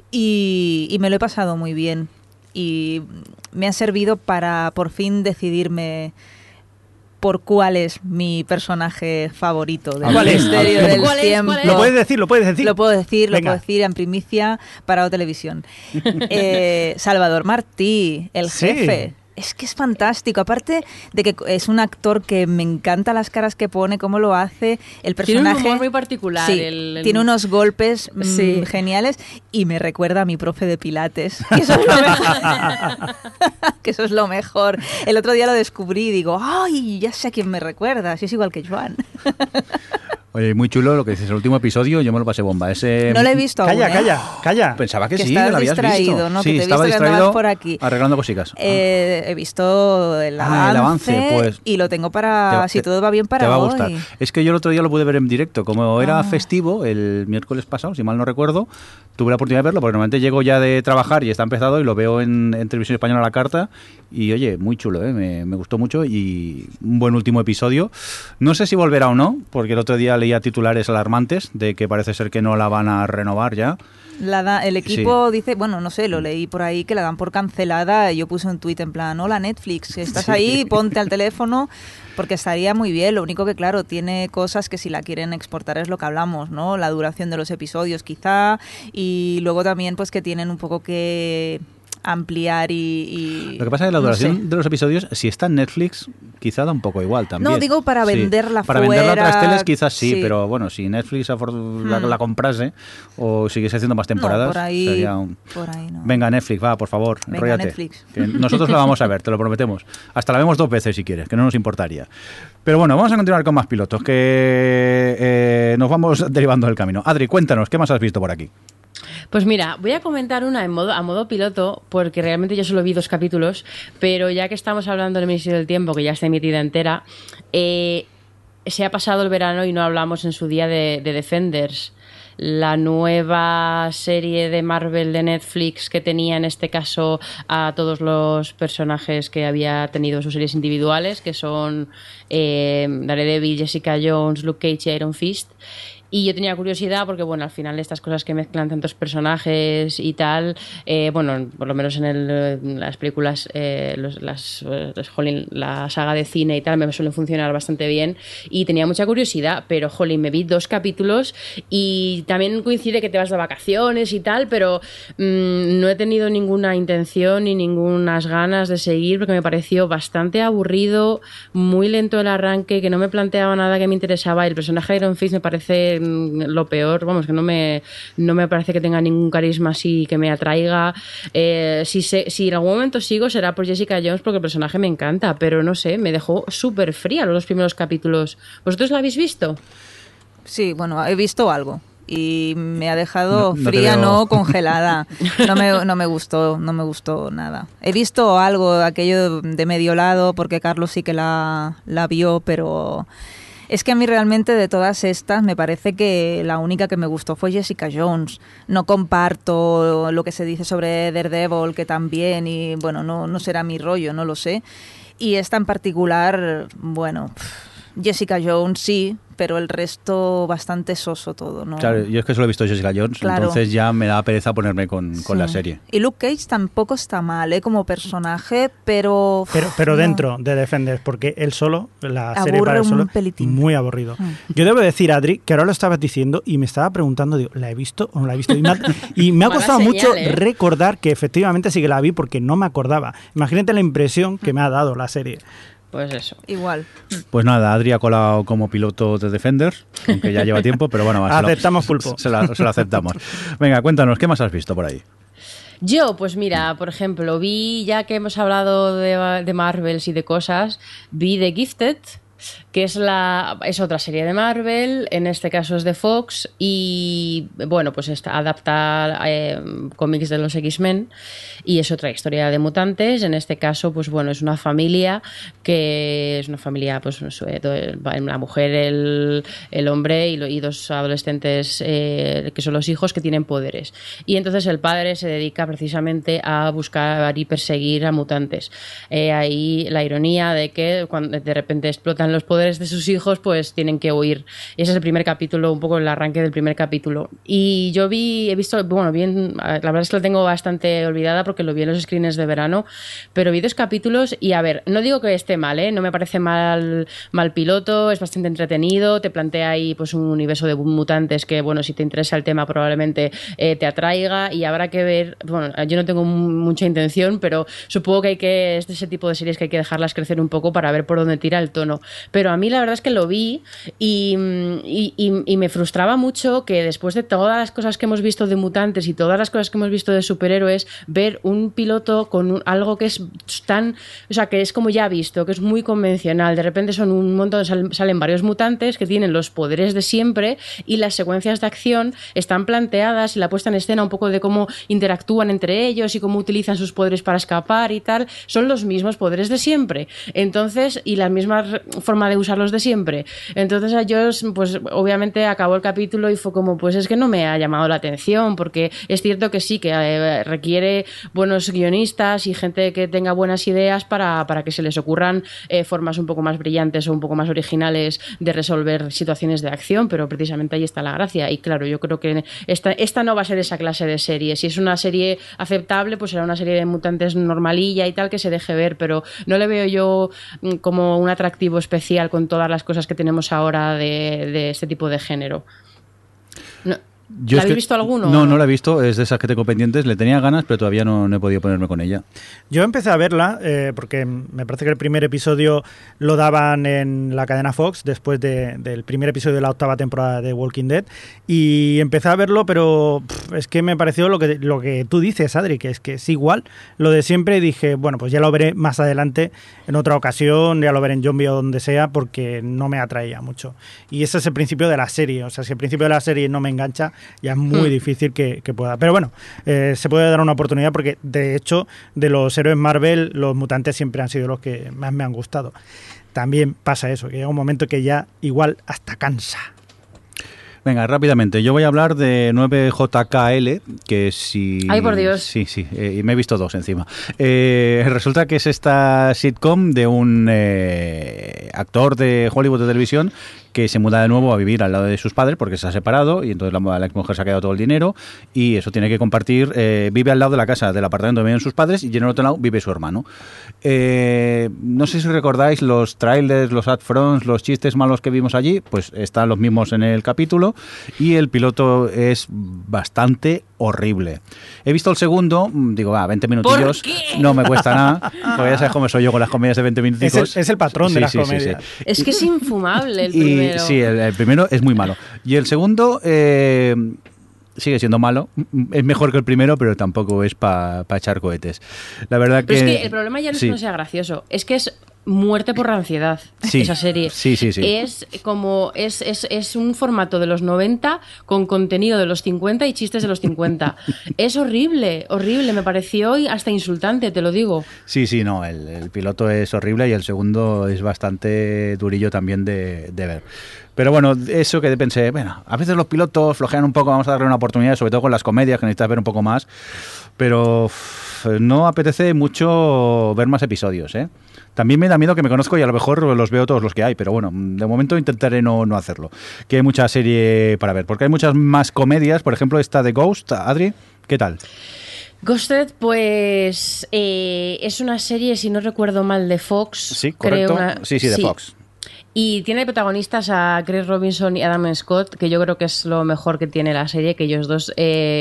y me lo he pasado muy bien y me ha servido para por fin decidirme por cuál es mi personaje favorito del Ministerio del Tiempo. ¿Lo puedes decir? Lo puedo decir Venga. en primicia para televisión. Salvador Martí, el jefe. Es que es fantástico, aparte de que es un actor que me encanta las caras que pone, cómo lo hace, el personaje... Tiene un humor muy particular. Sí, tiene unos golpes geniales y me recuerda a mi profe de pilates, que eso es lo mejor. Que eso es lo mejor. El otro día lo descubrí y digo, ¡ay, ya sé a quién me recuerda! Si es igual que Joan. Oye, muy chulo lo que dices, el último episodio yo me lo pasé bomba. No lo he visto aún, Calla. Pensaba que sí, estás lo habías distraído, visto. ¿no? Sí, Que te he estaba visto que distraído andabas por aquí. arreglando cositas. He visto el avance, pues, y lo tengo para, si todo va bien, para te va a hoy. gustar. Es que yo el otro día lo pude ver en directo. Como era festivo, el miércoles pasado, si mal no recuerdo, tuve la oportunidad de verlo, porque normalmente llego ya de trabajar y está empezado y lo veo en Televisión Española a la carta. Y oye, muy chulo, me gustó mucho y un buen último episodio. No sé si volverá o no, porque el otro día leía titulares alarmantes de que parece ser que no la van a renovar ya. El equipo dice, bueno, no sé, lo leí por ahí, que la dan por cancelada. Yo puse un tuit en plan, hola Netflix, estás ahí, ponte al teléfono, porque estaría muy bien. Lo único que, claro, tiene cosas que si la quieren exportar es lo que hablamos, ¿no? La duración de los episodios quizá, y luego también pues que tienen un poco que ampliar y lo que pasa es que la duración de los episodios, si está en Netflix, quizá da un poco igual también. No, digo para venderla para fuera. Para venderla a otras teles quizás sí, pero bueno, si Netflix la comprase o siguiese haciendo más temporadas, no, por ahí, sería no. Venga, Netflix, va, por favor, venga, enróllate. Netflix. Que nosotros la vamos a ver, te lo prometemos. Hasta la vemos 2 veces si quieres, que no nos importaría. Pero bueno, vamos a continuar con más pilotos, que nos vamos derivando del camino. Adri, cuéntanos, ¿qué más has visto por aquí? Pues mira, voy a comentar una a modo piloto, porque realmente yo solo vi 2 capítulos, pero ya que estamos hablando del Ministerio del Tiempo, que ya está emitida entera, se ha pasado el verano y no hablamos en su día de Defenders. la nueva serie de Marvel de Netflix, que tenía en este caso a todos los personajes que había tenido sus series individuales, que son Daredevil, Jessica Jones, Luke Cage y Iron Fist. Y yo tenía curiosidad porque, bueno, al final estas cosas que mezclan tantos personajes y tal, bueno, por lo menos en las películas, la saga de cine y tal, me suelen funcionar bastante bien y tenía mucha curiosidad, pero, jolín, me vi 2 capítulos y también coincide que te vas de vacaciones y tal, pero no he tenido ninguna intención ni ningunas ganas de seguir porque me pareció bastante aburrido, muy lento el arranque, que no me planteaba nada que me interesaba y el personaje de Iron Fist me parece lo peor, vamos, que no me parece que tenga ningún carisma así que me atraiga. Si en algún momento sigo será por Jessica Jones porque el personaje me encanta, pero no sé, me dejó súper fría los 2 primeros capítulos. ¿Vosotros la habéis visto? Sí, bueno, he visto algo y me ha dejado fría, no congelada. No me gustó nada. He visto algo, aquello de medio lado, porque Carlos sí que la vio, pero es que a mí realmente de todas estas me parece que la única que me gustó fue Jessica Jones. No comparto lo que se dice sobre Daredevil, que también, y bueno, no será mi rollo, no lo sé. Y esta en particular, bueno, Jessica Jones sí, pero el resto bastante soso todo, ¿no? Claro, yo es que solo he visto Jessica Jones, claro. Entonces ya me da pereza ponerme con la serie. Y Luke Cage tampoco está mal, como personaje, pero no. Dentro de Defenders, porque él solo, la aburre serie para él solo, muy aburrido. Yo debo decir, Adri, que ahora lo estabas diciendo y me estaba preguntando, digo, ¿la he visto o no la he visto? Y me ha costado mucho recordar que efectivamente sí que la vi porque no me acordaba. Imagínate la impresión que me ha dado la serie. Pues eso. Igual. Pues nada, Adri ha colado como piloto de Defenders, aunque ya lleva tiempo, pero bueno, aceptamos pulpo. Se lo aceptamos. Venga, cuéntanos, ¿qué más has visto por ahí? Yo, pues mira, por ejemplo, vi, ya que hemos hablado de Marvels y de cosas, vi The Gifted, que es otra serie de Marvel, en este caso es de Fox, y bueno, pues adapta cómics de los X-Men y es otra historia de mutantes. En este caso, pues bueno, es una familia pues la mujer, el hombre y 2 adolescentes que son los hijos, que tienen poderes, y entonces el padre se dedica precisamente a buscar y perseguir a mutantes. Ahí la ironía de que cuando de repente explotan los poderes de sus hijos, pues tienen que huir. Y ese es el primer capítulo, un poco el arranque del primer capítulo. Y yo he visto, bueno, bien, la verdad es que lo tengo bastante olvidada porque lo vi en los screeners de verano, pero vi 2 capítulos y a ver, no digo que esté mal, no me parece mal piloto, es bastante entretenido, te plantea ahí pues un universo de mutantes que, bueno, si te interesa el tema probablemente te atraiga, y habrá que ver, bueno, yo no tengo mucha intención, pero supongo que es de ese tipo de series que hay que dejarlas crecer un poco para ver por dónde tira el tono. Pero a mí la verdad es que lo vi y me frustraba mucho que después de todas las cosas que hemos visto de mutantes y todas las cosas que hemos visto de superhéroes, ver un piloto con algo que es tan, o sea, que es como ya visto, que es muy convencional. De repente son un montón, salen varios mutantes que tienen los poderes de siempre y las secuencias de acción están planteadas, y la puesta en escena un poco de cómo interactúan entre ellos y cómo utilizan sus poderes para escapar y tal, son los mismos poderes de siempre. Entonces, y la misma forma de usarlos de siempre. Entonces yo, pues obviamente acabó el capítulo y fue como, pues es que no me ha llamado la atención, porque es cierto que sí, que requiere buenos guionistas y gente que tenga buenas ideas para que se les ocurran formas un poco más brillantes o un poco más originales de resolver situaciones de acción, pero precisamente ahí está la gracia. Y claro, yo creo que esta no va a ser esa clase de serie. Si es una serie aceptable, pues será una serie de mutantes normalilla y tal, que se deje ver, pero no le veo yo como un atractivo especial con todas las cosas que tenemos ahora de este tipo de género. No. ¿La habéis visto alguno? No la he visto, es de esas que tengo pendientes, le tenía ganas, pero todavía no he podido ponerme con ella. Yo empecé a verla porque me parece que el primer episodio lo daban en la cadena Fox, después del primer episodio de la 8ª temporada de Walking Dead, y empecé a verlo, pero es que me pareció lo que tú dices, Adri, que es igual, lo de siempre, y dije, bueno, pues ya lo veré más adelante, en otra ocasión, ya lo veré en Zombie o donde sea, porque no me atraía mucho. Y ese es el principio de la serie, o sea, si el principio de la serie no me engancha, ya es muy difícil que pueda. Pero bueno, se puede dar una oportunidad porque, de hecho, de los héroes Marvel, los mutantes siempre han sido los que más me han gustado. También pasa eso, que llega un momento que ya igual hasta cansa. Venga, rápidamente. Yo voy a hablar de 9JKL, que si... ¡Ay, por Dios! Sí, y me he visto 2 encima. Resulta que es esta sitcom de un actor de Hollywood de televisión que se muda de nuevo a vivir al lado de sus padres porque se ha separado y entonces la exmujer se ha quedado todo el dinero y eso tiene que compartir. Vive al lado de la casa del apartamento donde viven sus padres y en el otro lado vive su hermano. No sé si recordáis los trailers, los ad-fronts, los chistes malos que vimos allí, pues están los mismos en el capítulo y el piloto es bastante horrible. He visto el segundo, digo, 20 minutillos, no me cuesta nada, porque ya sabes cómo soy yo con las comedias de 20 minutos. Es el patrón de las comedias. Sí. Es que es infumable el primero. Sí, el primero es muy malo. Y el segundo sigue siendo malo. Es mejor que el primero, pero tampoco es para echar cohetes. La verdad pero que... es que el problema ya no es que no sea gracioso, es que es muerte por la ansiedad, esa serie. Sí. Es como es un formato de los 90 con contenido de los 50 y chistes de los 50. Es horrible, me pareció hasta insultante, te lo digo. Sí, no, el piloto es horrible y el segundo es bastante durillo también de ver. Pero bueno, eso que pensé, bueno, a veces los pilotos flojean un poco, vamos a darle una oportunidad, sobre todo con las comedias, que necesitas ver un poco más, pero no apetece mucho ver más episodios, ¿eh? También me da miedo que me conozco y a lo mejor los veo todos los que hay, pero bueno, de momento intentaré no hacerlo. Que hay mucha serie para ver, porque hay muchas más comedias, por ejemplo esta de Ghost. Adri, ¿qué tal? Ghosted, pues es una serie, si no recuerdo mal, de Fox. Sí, correcto. Sí, de Fox. Y tiene de protagonistas a Chris Robinson y Adam Scott, que yo creo que es lo mejor que tiene la serie, que ellos dos,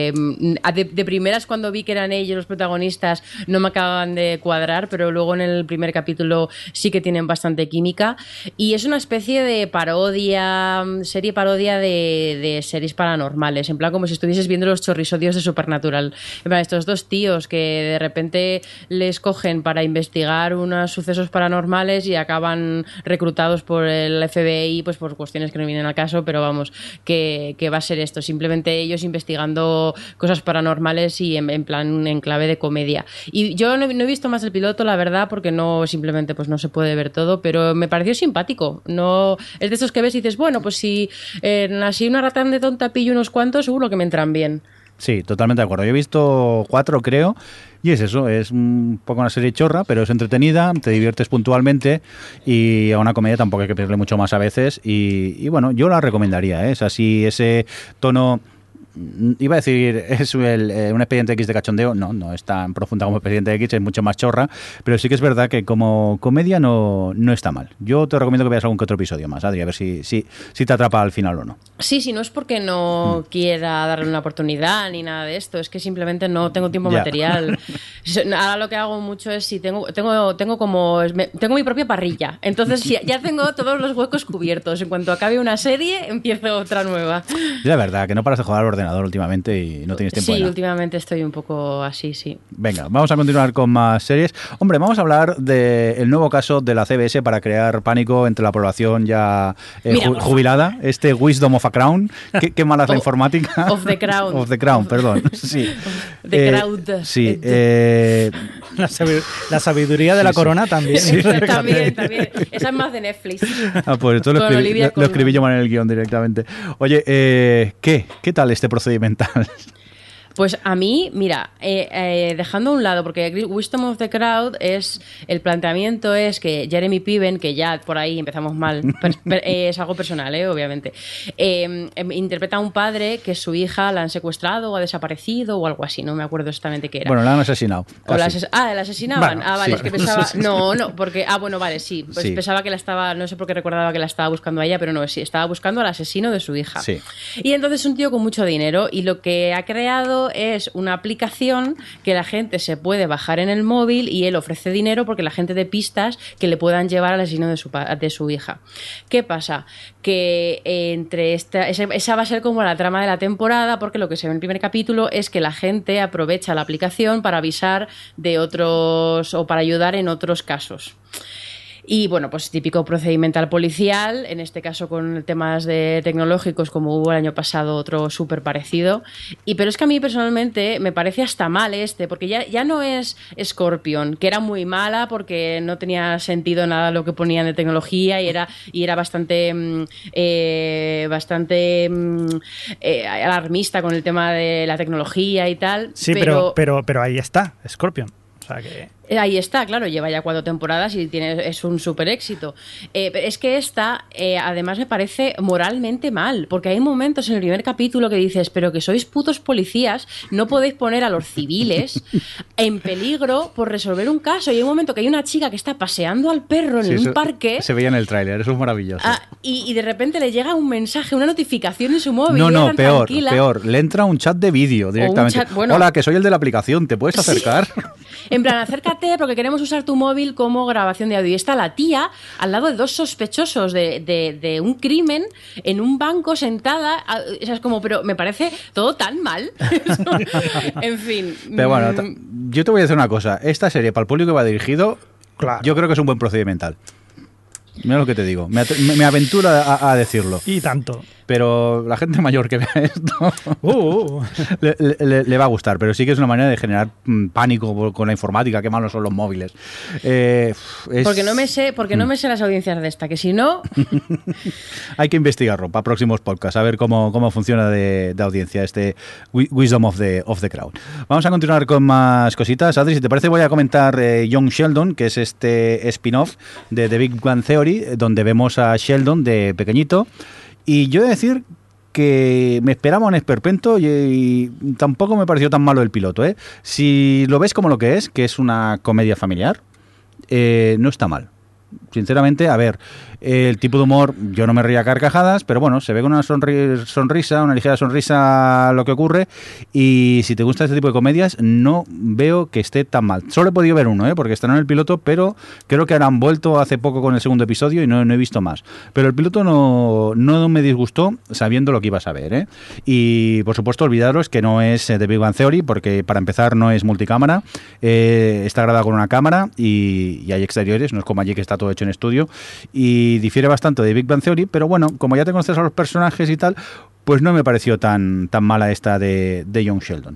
de primeras cuando vi que eran ellos los protagonistas, no me acababan de cuadrar, pero luego en el primer capítulo sí que tienen bastante química. Y es una especie de serie parodia de series paranormales, en plan como si estuvieses viendo los chorrisodios de Supernatural. En plan, estos dos tíos que de repente les cogen para investigar unos sucesos paranormales y acaban reclutados por el FBI, pues por cuestiones que no vienen al caso, pero vamos, que va a ser esto, simplemente ellos investigando cosas paranormales y en plan en clave de comedia. Y yo no he visto más el piloto, la verdad, porque simplemente pues no se puede ver todo, pero me pareció simpático. No es de esos que ves y dices, bueno, pues si así una ratán de tonta pillo unos cuantos, seguro que me entran bien. Sí, totalmente de acuerdo. Yo he visto 4, creo, y es eso, es un poco una serie chorra, pero es entretenida, te diviertes puntualmente y a una comedia tampoco hay que pedirle mucho más a veces y bueno, yo la recomendaría, ¿eh? Es así, ese tono... Iba a decir, es un Expediente X de cachondeo. No es tan profunda como Expediente X, es mucho más chorra, pero sí que es verdad que como comedia no está mal. Yo te recomiendo que veas algún que otro episodio más, Adri, a ver si te atrapa al final o no. Sí, no es porque no quiera darle una oportunidad ni nada de esto, es que simplemente no tengo tiempo material. Ahora lo que hago mucho es si tengo mi propia parrilla, entonces ya tengo todos los huecos cubiertos. En cuanto acabe una serie, empiezo otra nueva. Es la verdad, que no paras de jugar al ordenador últimamente y no tienes tiempo. Sí, últimamente estoy un poco así, sí. Venga, vamos a continuar con más series. Hombre, vamos a hablar del nuevo caso de la CBS para crear pánico entre la población ya jubilada. Este Wisdom of a Crown. Qué mala es la informática. Of the Crown. Of the Crown, perdón. Sí. The Crowd. Sí. La sabiduría de la corona también. Sí, también. Esa es más de Netflix. Pues esto lo escribí yo mal en el guión directamente. Oye, ¿qué tal este procedimental? Pues a mí, mira, dejando a un lado, porque Wisdom of the Crowd el planteamiento es que Jeremy Piven, que ya por ahí empezamos mal, es algo personal, obviamente, interpreta a un padre que su hija la han secuestrado o ha desaparecido o algo así, no me acuerdo exactamente qué era. Bueno, la han asesinado. ¿La asesinaban? Bueno, vale, sí. Es que pensaba... No, porque... bueno, vale, sí. Pues sí. Pensaba que la estaba... No sé por qué recordaba que la estaba buscando a ella, pero no, sí, estaba buscando al asesino de su hija. Sí. Y entonces es un tío con mucho dinero y lo que ha creado es una aplicación que la gente se puede bajar en el móvil y él ofrece dinero porque la gente de pistas que le puedan llevar al asesino de su hija. ¿Qué pasa? Que esa va a ser como la trama de la temporada, porque lo que se ve en el primer capítulo es que la gente aprovecha la aplicación para avisar de otros o para ayudar en otros casos. Y bueno, pues típico procedimental policial, en este caso con temas de tecnológicos, como hubo el año pasado otro súper parecido. Pero es que a mí personalmente me parece hasta mal porque ya no es Scorpion, que era muy mala porque no tenía sentido nada lo que ponían de tecnología y era bastante alarmista con el tema de la tecnología y tal. Sí, pero ahí está, Scorpion. O sea que... Ahí está, claro, lleva ya 4 temporadas y es un súper éxito. Es que esta, además, me parece moralmente mal, porque hay momentos en el primer capítulo que dices, pero que sois putos policías, no podéis poner a los civiles en peligro por resolver un caso. Y hay un momento que hay una chica que está paseando al perro en un parque. Se veía en el tráiler, eso es maravilloso. Y de repente le llega un mensaje, una notificación en su móvil. No, peor. Le entra un chat de vídeo directamente. Hola, que soy el de la aplicación, ¿te puedes acercar? Sí. En plan, acércate porque queremos usar tu móvil como grabación de audio. Y está la tía al lado de 2 sospechosos de un crimen en un banco sentada. O sea, es como, pero me parece todo tan mal. En fin. Pero bueno, yo te voy a decir una cosa. Esta serie, para el público que va dirigido, claro, yo creo que es un buen procedimental. Mira lo que te digo. Me aventuro a decirlo. Y tanto. Pero la gente mayor que vea esto le va a gustar. Pero sí que es una manera de generar pánico con la informática. Qué malos son los móviles. Porque no me sé las audiencias de esta. Que si no... Hay que investigarlo para próximos podcasts. A ver cómo funciona de audiencia este Wisdom of the Crowd. Vamos a continuar con más cositas. Adri, si te parece voy a comentar Young Sheldon, que es este spin-off de The Big Bang Theory, donde vemos a Sheldon de pequeñito. Y yo he de decir que me esperaba un esperpento y tampoco me pareció tan malo el piloto, ¿eh? Si lo ves como lo que es una comedia familiar, no está mal. Sinceramente, a ver, el tipo de humor, yo no me reía a carcajadas, pero bueno, se ve con una sonrisa, una ligera sonrisa lo que ocurre, y si te gusta este tipo de comedias, no veo que esté tan mal. Solo he podido ver uno, porque estrenó en el piloto, pero creo que han vuelto hace poco con el segundo episodio y no he visto más. Pero el piloto no me disgustó sabiendo lo que ibas a ver, Y por supuesto, olvidaros que no es The Big Bang Theory, porque para empezar no es multicámara, está grabada con una cámara y hay exteriores, no es como allí que está todo hecho en estudio, y difiere bastante de Big Bang Theory, pero bueno, como ya te conoces a los personajes y tal, pues no me pareció tan mala esta de Young Sheldon.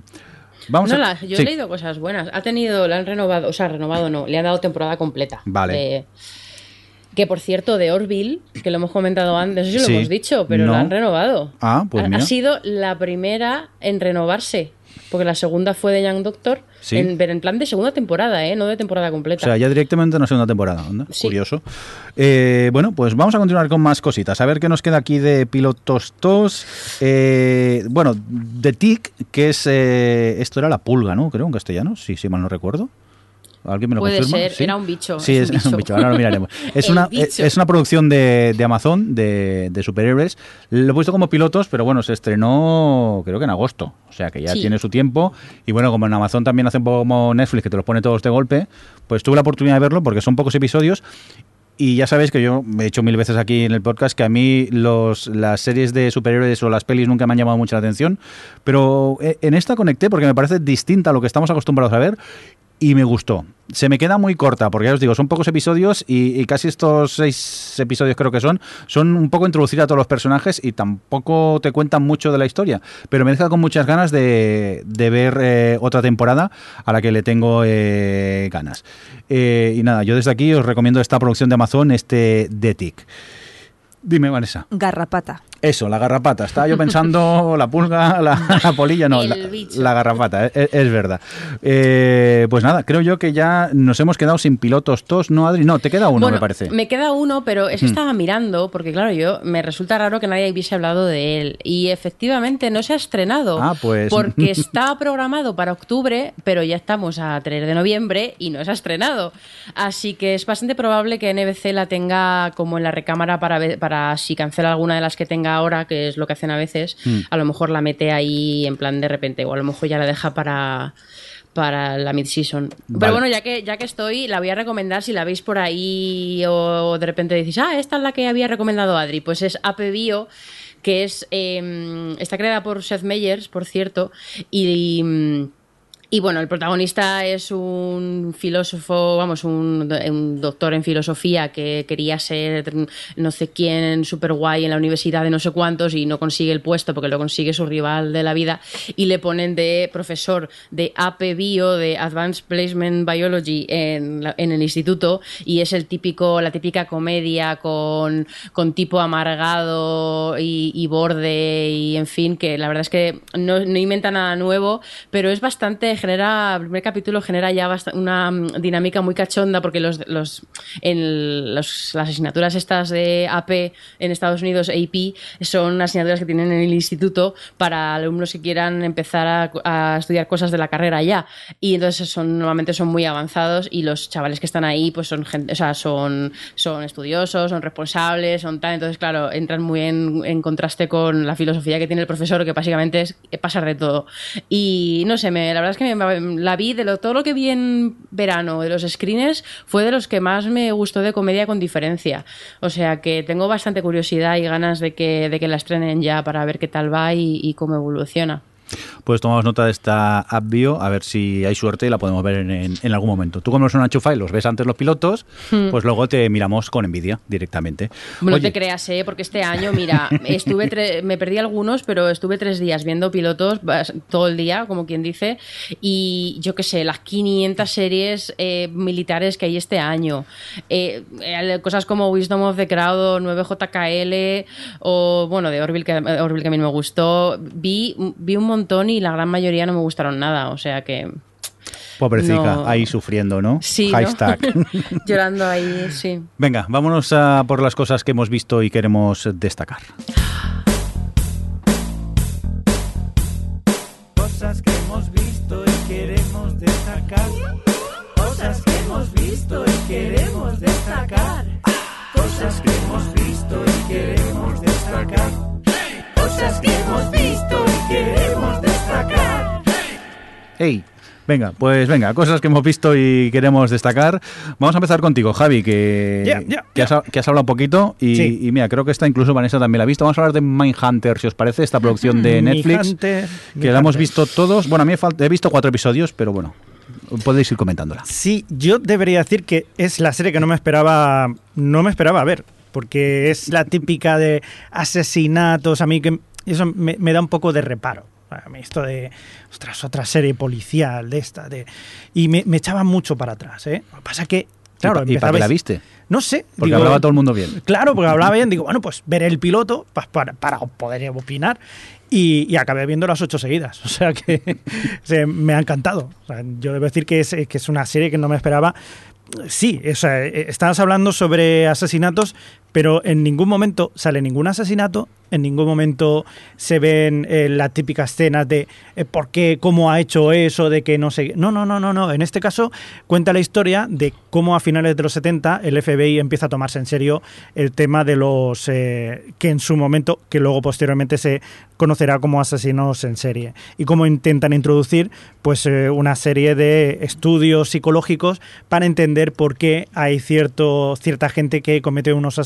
He leído cosas buenas. Le han renovado, le han dado temporada completa. Vale. Que por cierto, de Orville, que lo hemos comentado antes, no sé si lo hemos dicho, pero lo han renovado. Pues mira. Ha sido la primera en renovarse, porque la segunda fue de Young Doctor, pero en plan de segunda temporada, no de temporada completa. O sea, ya directamente en la segunda temporada, ¿no? Sí. Curioso. Bueno, pues vamos a continuar con más cositas. A ver qué nos queda aquí de pilotos tos. Bueno, The Tick, que es... esto era la pulga, ¿no? Creo en castellano, si mal no recuerdo. ¿Alguien me lo Puede confirma? ser, ¿sí? Era un bicho. Sí, es un bicho, ahora lo miraremos. Es una producción de Amazon, de superhéroes. Lo he puesto como pilotos, pero bueno, se estrenó creo que en agosto, o sea que ya tiene su tiempo. Y bueno, como en Amazon también hace un poco como Netflix, que te los pone todos de golpe, pues tuve la oportunidad de verlo porque son pocos episodios. Y ya sabéis que yo me he hecho 1000 veces aquí en el podcast que a mí las series de superhéroes o las pelis nunca me han llamado mucho la atención, pero en esta conecté porque me parece distinta a lo que estamos acostumbrados a ver. Y me gustó. Se me queda muy corta, porque ya os digo, son pocos episodios y casi estos 6 episodios creo que son un poco introducir a todos los personajes y tampoco te cuentan mucho de la historia. Pero me deja con muchas ganas de ver otra temporada a la que le tengo ganas. Y nada, yo desde aquí os recomiendo esta producción de Amazon, The Tick. Dime, Vanessa. Garrapata. Eso, la garrapata. Estaba yo pensando la pulga, la polilla, no, la garrapata, es verdad. Pues nada, creo yo que ya nos hemos quedado sin pilotos tos, ¿no, Adri? No, te queda uno, me parece. Me queda uno, pero es que estaba mirando, porque claro, me resulta raro que nadie hubiese hablado de él. Y efectivamente no se ha estrenado, pues. Porque está programado para octubre, pero ya estamos a 3 de noviembre y no se ha estrenado. Así que es bastante probable que NBC la tenga como en la recámara para si cancela alguna de las que tenga ahora, que es lo que hacen a veces, a lo mejor la mete ahí en plan de repente, o a lo mejor ya la deja para la mid-season. Vale. Pero bueno, ya que estoy, la voy a recomendar si la veis por ahí o de repente decís, esta es la que había recomendado Adri, pues es Ape Bio, que es está creada por Seth Meyers, por cierto, y Y bueno, el protagonista es un filósofo, vamos, un doctor en filosofía que quería ser no sé quién, súper guay en la universidad de no sé cuántos y no consigue el puesto porque lo consigue su rival de la vida y le ponen de profesor de AP Bio, de Advanced Placement Biology en el instituto, y es la típica comedia con tipo amargado y borde y en fin, que la verdad es que no inventa nada nuevo, pero es bastante... el primer capítulo genera ya una dinámica muy cachonda porque las asignaturas estas de AP en Estados Unidos, AP, son asignaturas que tienen en el instituto para alumnos que quieran empezar a estudiar cosas de la carrera ya, y entonces normalmente son muy avanzados y los chavales que están ahí pues son gente, o sea, son estudiosos, son responsables, son tal, entonces claro, entran muy en contraste con la filosofía que tiene el profesor, que básicamente es pasar de todo. Y no sé, la verdad es que la vi todo lo que vi en verano de los screeners fue de los que más me gustó de comedia con diferencia, o sea que tengo bastante curiosidad y ganas de que la estrenen ya para ver qué tal va y cómo evoluciona. Pues tomamos nota de esta app Bio, a ver si hay suerte y la podemos ver en algún momento. Tú, como eres una enchufa y los ves antes los pilotos, pues luego te miramos con envidia directamente. No te creas, porque este año, mira, me perdí algunos, pero estuve 3 días viendo pilotos todo el día, como quien dice, y yo qué sé, las 500 series militares que hay este año. Cosas como Wisdom of the Crowd o 9JKL o, bueno, de Orville, que a mí me gustó. Vi un montón y la gran mayoría no me gustaron nada, o sea que... Pobrecita, no. Ahí sufriendo, ¿no? Sí, Hashtag. ¿no? Llorando ahí, sí. Venga, vámonos a por las cosas que hemos visto y queremos destacar. Cosas que hemos visto y queremos destacar. Cosas que hemos visto y queremos destacar. Cosas que hemos visto y queremos destacar. Cosas que hemos visto y queremos destacar. ¡Hey! Venga, cosas que hemos visto y queremos destacar. Vamos a empezar contigo, Javi, que has hablado un poquito y, sí. Y mira, creo que esta incluso Vanessa también la ha visto. Vamos a hablar de Mindhunter, si os parece, esta producción de Netflix, que la hemos visto todos. Bueno, a mí he visto 4 episodios, pero bueno, podéis ir comentándola. Sí, yo debería decir que es la serie que no me esperaba ver, porque es la típica de asesinatos. A mí que eso me da un poco de reparo. A mí esto de, ostras, otra serie policial de esta, y me echaba mucho para atrás, ¿eh? Lo que pasa es que, claro, ¿Y para qué la viste? No sé. Porque hablaba todo el mundo bien. Claro, porque hablaba bien. Digo, bueno, pues veré el piloto para poder opinar. Y acabé viendo las 8 seguidas. O sea que me ha encantado. O sea, yo debo decir que es una serie que no me esperaba. Sí, o sea, estabas hablando sobre asesinatos, pero en ningún momento sale ningún asesinato, en ningún momento se ven las típicas escenas de por qué, cómo ha hecho eso, de que no sé... No. En este caso cuenta la historia de cómo a finales de los 70 el FBI empieza a tomarse en serio el tema de los que en su momento, que luego posteriormente se conocerá como asesinos en serie, y cómo intentan introducir pues una serie de estudios psicológicos para entender por qué hay cierta gente que comete unos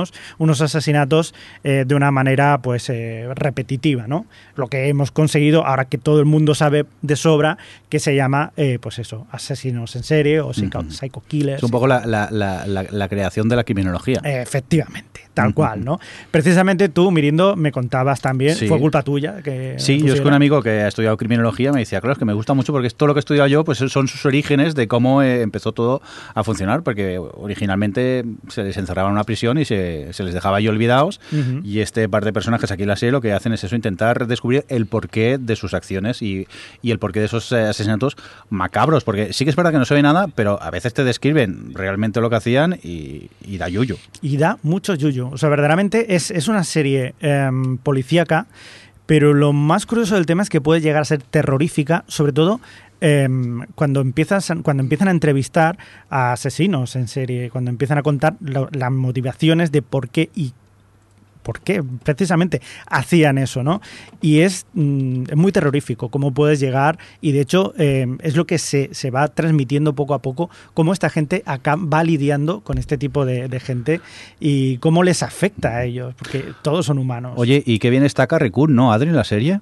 asesinatos de una manera pues repetitiva, ¿no? Lo que hemos conseguido ahora que todo el mundo sabe de sobra, que se llama pues eso, asesinos en serie o psycho killers. Es un poco la creación de la criminología. Efectivamente, tal cual, ¿no? Precisamente tú, Mirindo, me contabas también, sí. Fue culpa tuya. Sí, yo es que un amigo que ha estudiado criminología me decía, claro, es que me gusta mucho porque todo lo que he estudiado yo pues son sus orígenes de cómo empezó todo a funcionar, porque originalmente se les encerraba en una prisión y se les dejaba ahí olvidados, y este par de personajes aquí en la serie lo que hacen es eso, intentar descubrir el porqué de sus acciones y el porqué de esos asesinatos macabros, porque sí que es verdad que no se ve nada, pero a veces te describen realmente lo que hacían y da yuyu. Y da mucho yuyu. O sea, verdaderamente es una serie policíaca, pero lo más curioso del tema es que puede llegar a ser terrorífica, sobre todo cuando empiezan a entrevistar a asesinos en serie, cuando empiezan a contar las motivaciones de por qué y por qué precisamente hacían eso, ¿no? Y es muy terrorífico cómo puedes llegar, y de hecho es lo que se va transmitiendo poco a poco, cómo esta gente acá va lidiando con este tipo de gente y cómo les afecta a ellos, porque todos son humanos. Oye, y qué bien está Carrie Coon, ¿no, Adri, en la serie?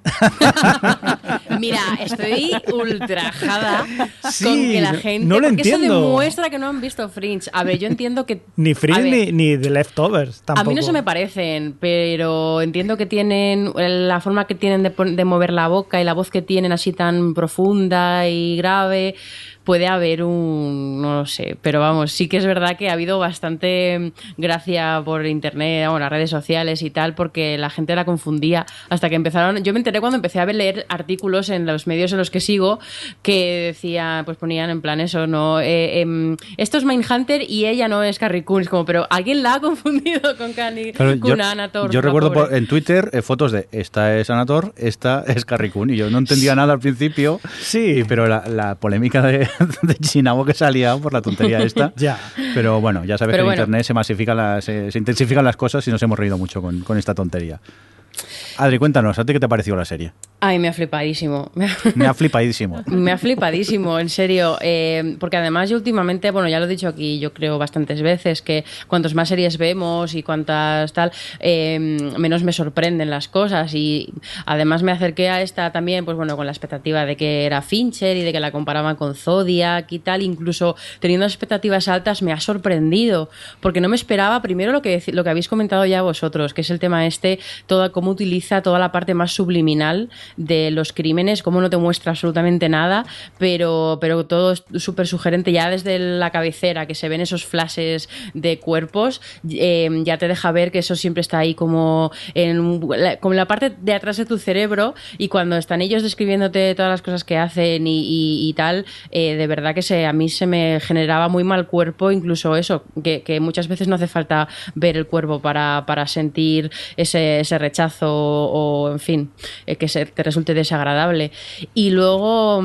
Mira, estoy ultrajada Sí, con que la gente... no lo porque entiendo. eso demuestra que no han visto Fringe. A ver, yo entiendo que... Ni a Fringe ver, ni The Leftovers tampoco. a mí no se me parecen, pero entiendo que tienen la forma que tienen de mover la boca y la voz que tienen así tan profunda y grave. Puede haber no lo sé, pero vamos, sí que es verdad que ha habido bastante gracia por internet, bueno, las redes sociales y tal, porque la gente la confundía hasta que empezaron. Yo me enteré cuando empecé a leer artículos en los medios en los que sigo que decía, pues ponían en plan eso, no, esto es Mindhunter y ella no es Carrie Coon, como, pero alguien la ha confundido con Anna Torv. Yo recuerdo en Twitter fotos de esta es Anna Torv, esta es Carrie Coon, y yo no entendía nada al principio, Sí. pero la polémica de Chinabo que salía por la tontería esta. Ya. Pero bueno, ya sabes Pero que en bueno. Internet se intensifican las cosas y nos hemos reído mucho con esta tontería. Adri, cuéntanos, ¿a ti qué te ha parecido la serie? Ay, me ha flipadísimo. Me ha flipadísimo. Me ha flipadísimo, en serio. Porque además yo últimamente, bueno, ya lo he dicho aquí yo creo bastantes veces, que cuantas más series vemos y cuantas tal, menos me sorprenden las cosas. Y además me acerqué a esta también, pues bueno, con la expectativa de que era Fincher y de que la comparaban con Zodiac y tal. Incluso teniendo expectativas altas me ha sorprendido, porque no me esperaba primero lo que habéis comentado ya vosotros, que es el tema cómo utiliza toda la parte más subliminal de los crímenes, cómo no te muestra absolutamente nada, pero todo es súper sugerente ya desde la cabecera, que se ven esos flashes de cuerpos, ya te deja ver que eso siempre está ahí como en la parte de atrás de tu cerebro, y cuando están ellos describiéndote todas las cosas que hacen y tal, de verdad que a mí se me generaba muy mal cuerpo, incluso eso, que muchas veces no hace falta ver el cuerpo para sentir ese rechazo o en fin, que te resulte desagradable. Y luego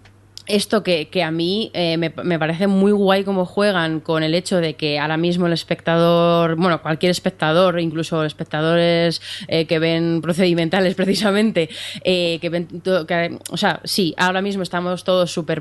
esto que a mí me parece muy guay cómo juegan con el hecho de que ahora mismo el espectador, bueno, cualquier espectador, incluso espectadores que ven procedimentales precisamente, que ven o sea, sí, ahora mismo estamos todos súper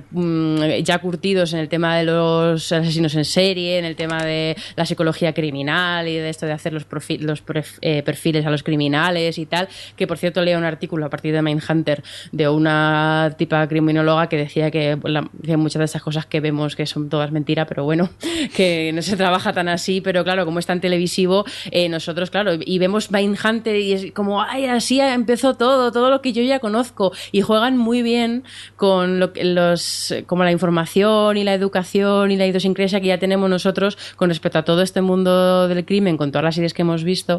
ya curtidos en el tema de los asesinos en serie, en el tema de la psicología criminal y de esto de hacer los perfiles a los criminales y tal, que por cierto leí un artículo a partir de Mindhunter de una tipa criminóloga que decía que muchas de esas cosas que vemos que son todas mentiras, pero bueno, que no se trabaja tan así, pero claro, como es tan televisivo, nosotros, claro, y vemos Mindhunter y es como, ay, así empezó todo lo que yo ya conozco, y juegan muy bien con como la información y la educación y la idiosincrasia que ya tenemos nosotros con respecto a todo este mundo del crimen, con todas las series que hemos visto,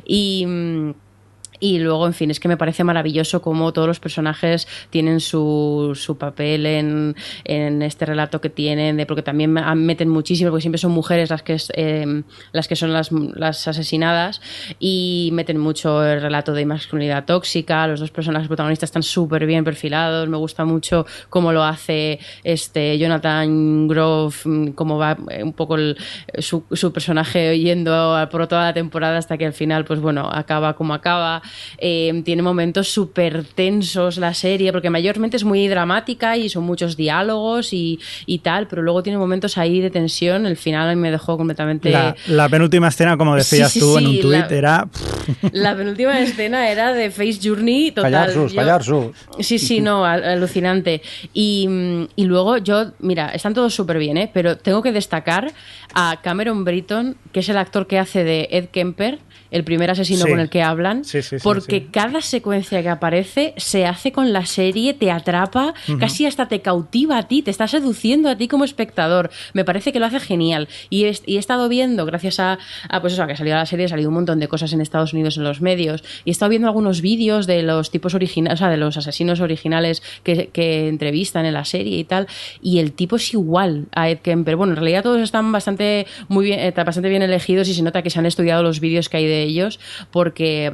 y luego, en fin, es que me parece maravilloso cómo todos los personajes tienen su papel en este relato que tienen, porque también meten muchísimo, porque siempre son mujeres las que son las asesinadas, y meten mucho el relato de masculinidad tóxica. Los dos personajes protagonistas están súper bien perfilados. Me gusta mucho cómo lo hace Jonathan Groff, cómo va un poco su personaje yendo por toda la temporada hasta que al final, pues bueno, acaba como acaba. Tiene momentos súper tensos la serie, porque mayormente es muy dramática y son muchos diálogos y tal, pero luego tiene momentos ahí de tensión. El final me dejó completamente... La penúltima escena, como decías tú en un tuit, era... La penúltima escena era de Face Journey total. Callar sus. Sí, no, alucinante. Y luego mira, están todos súper bien, pero tengo que destacar a Cameron Britton, que es el actor que hace de Ed Kemper, el primer asesino con el que hablan, porque cada secuencia que aparece se hace con la serie, te atrapa, casi hasta te cautiva a ti, te está seduciendo a ti como espectador. Me parece que lo hace genial. Y he estado viendo, gracias a pues eso, a que ha salido la serie, ha salido un montón de cosas en Estados Unidos en los medios, y he estado viendo algunos vídeos de los tipos originales, o sea, de los asesinos originales que entrevistan en la serie y tal, y el tipo es igual a Ed Kemper. Bueno, en realidad todos están bastante bien elegidos, y se nota que se han estudiado los vídeos que hay de ellos, porque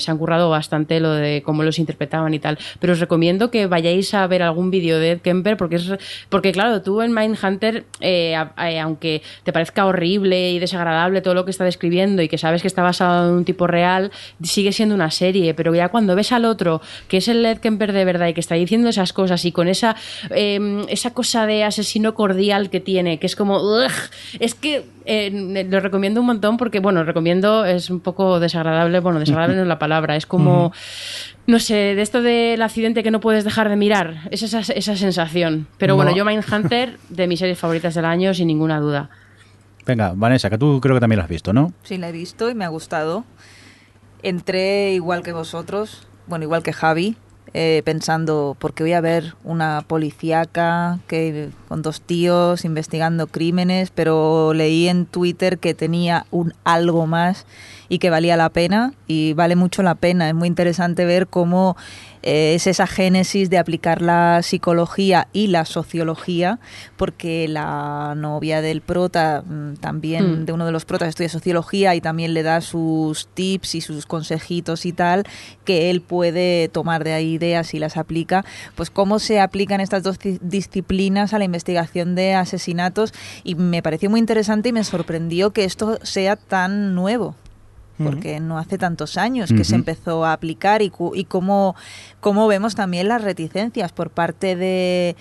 se han currado bastante lo de cómo los interpretaban y tal. Pero os recomiendo que vayáis a ver algún vídeo de Ed Kemper porque claro, tú en Mindhunter, aunque te parezca horrible y desagradable todo lo que está describiendo y que sabes que está basado en un tipo real, sigue siendo una serie. Pero ya cuando ves al otro, que es el Ed Kemper de verdad y que está diciendo esas cosas y con esa cosa de asesino cordial que tiene, que es como ugh, es que lo recomiendo un montón porque, bueno, recomiendo, es un poco desagradable, bueno, desagradable no es la palabra, es como no sé, de esto del accidente que no puedes dejar de mirar, es esa sensación. Pero bueno, yo Mindhunter, de mis series favoritas del año, sin ninguna duda. Venga, Vanessa, que tú creo que también lo has visto, ¿no? Sí, la he visto y me ha gustado. Entré igual que vosotros, bueno, igual que Javi, pensando, porque voy a ver una policíaca con dos tíos investigando crímenes, pero leí en Twitter que tenía un algo más y que valía la pena, y vale mucho la pena. Es muy interesante ver cómo es esa génesis de aplicar la psicología y la sociología, porque la novia del prota, también de uno de los protas, estudia sociología y también le da sus tips y sus consejitos y tal, que él puede tomar de ahí ideas y las aplica. Pues cómo se aplican estas dos disciplinas a la investigación de asesinatos, y me pareció muy interesante y me sorprendió que esto sea tan nuevo, porque no hace tantos años que se empezó a aplicar, y cómo vemos también las reticencias por parte de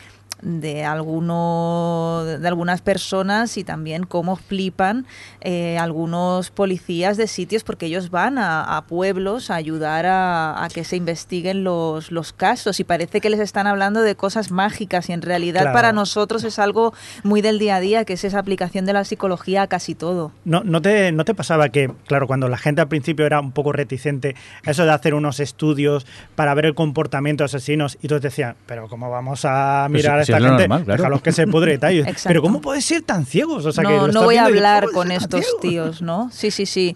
algunas personas, y también cómo flipan algunos policías de sitios, porque ellos van a pueblos a ayudar a que se investiguen los casos, y parece que les están hablando de cosas mágicas, y en realidad para nosotros es algo muy del día a día, que es esa aplicación de la psicología a casi todo. ¿No te pasaba que, claro, cuando la gente al principio era un poco reticente a eso de hacer unos estudios para ver el comportamiento de asesinos, y todos decían, pero ¿cómo vamos a mirar a esta gente? Normal, claro. Déjalos que se pudre y tal. Pero ¿cómo puedes ser tan ciegos? O sea, no voy a hablar con estos tíos, ¿no? Sí.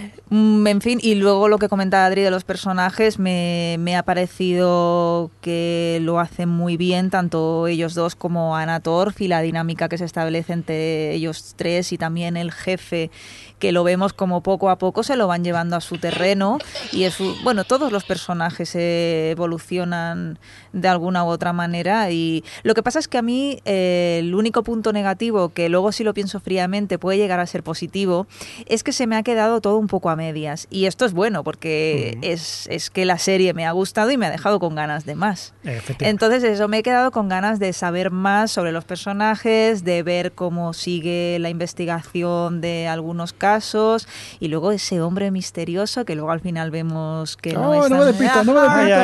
En fin, y luego lo que comentaba Adri de los personajes, me ha parecido que lo hacen muy bien, tanto ellos dos como Anna Torv, y la dinámica que se establece entre ellos tres, y también el jefe, que lo vemos como poco a poco se lo van llevando a su terreno, y todos los personajes evolucionan de alguna u otra manera. Y lo que pasa es que a mí el único punto negativo, que luego si lo pienso fríamente puede llegar a ser positivo, es que se me ha quedado todo un poco a medias, y esto es bueno porque es que la serie me ha gustado y me ha dejado con ganas de más. Entonces eso, me he quedado con ganas de saber más sobre los personajes, de ver cómo sigue la investigación de algunos casos, y luego ese hombre misterioso que luego al final vemos que no es tan...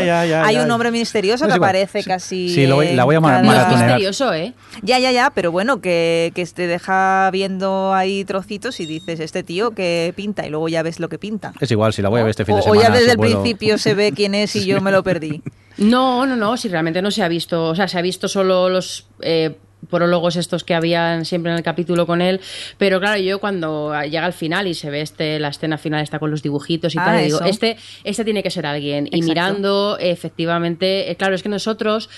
Hay un hombre misterioso que aparece casi... Sí, la voy a maratonear. Es misterioso, ¿eh? Ya, pero bueno, que te deja viendo ahí trocitos y dices, este tío que pinta, y luego ya ves lo que pinta. Es igual, si la voy a ver este fin de semana. O ya desde el principio se ve quién es y yo me lo perdí. No, si realmente no se ha visto, o sea, se ha visto solo los prólogos estos que habían siempre en el capítulo con él, pero claro, yo cuando llega al final y se ve la escena final está con los dibujitos y tal, digo, este tiene que ser alguien. Exacto. Y mirando, efectivamente, claro, es que vosotros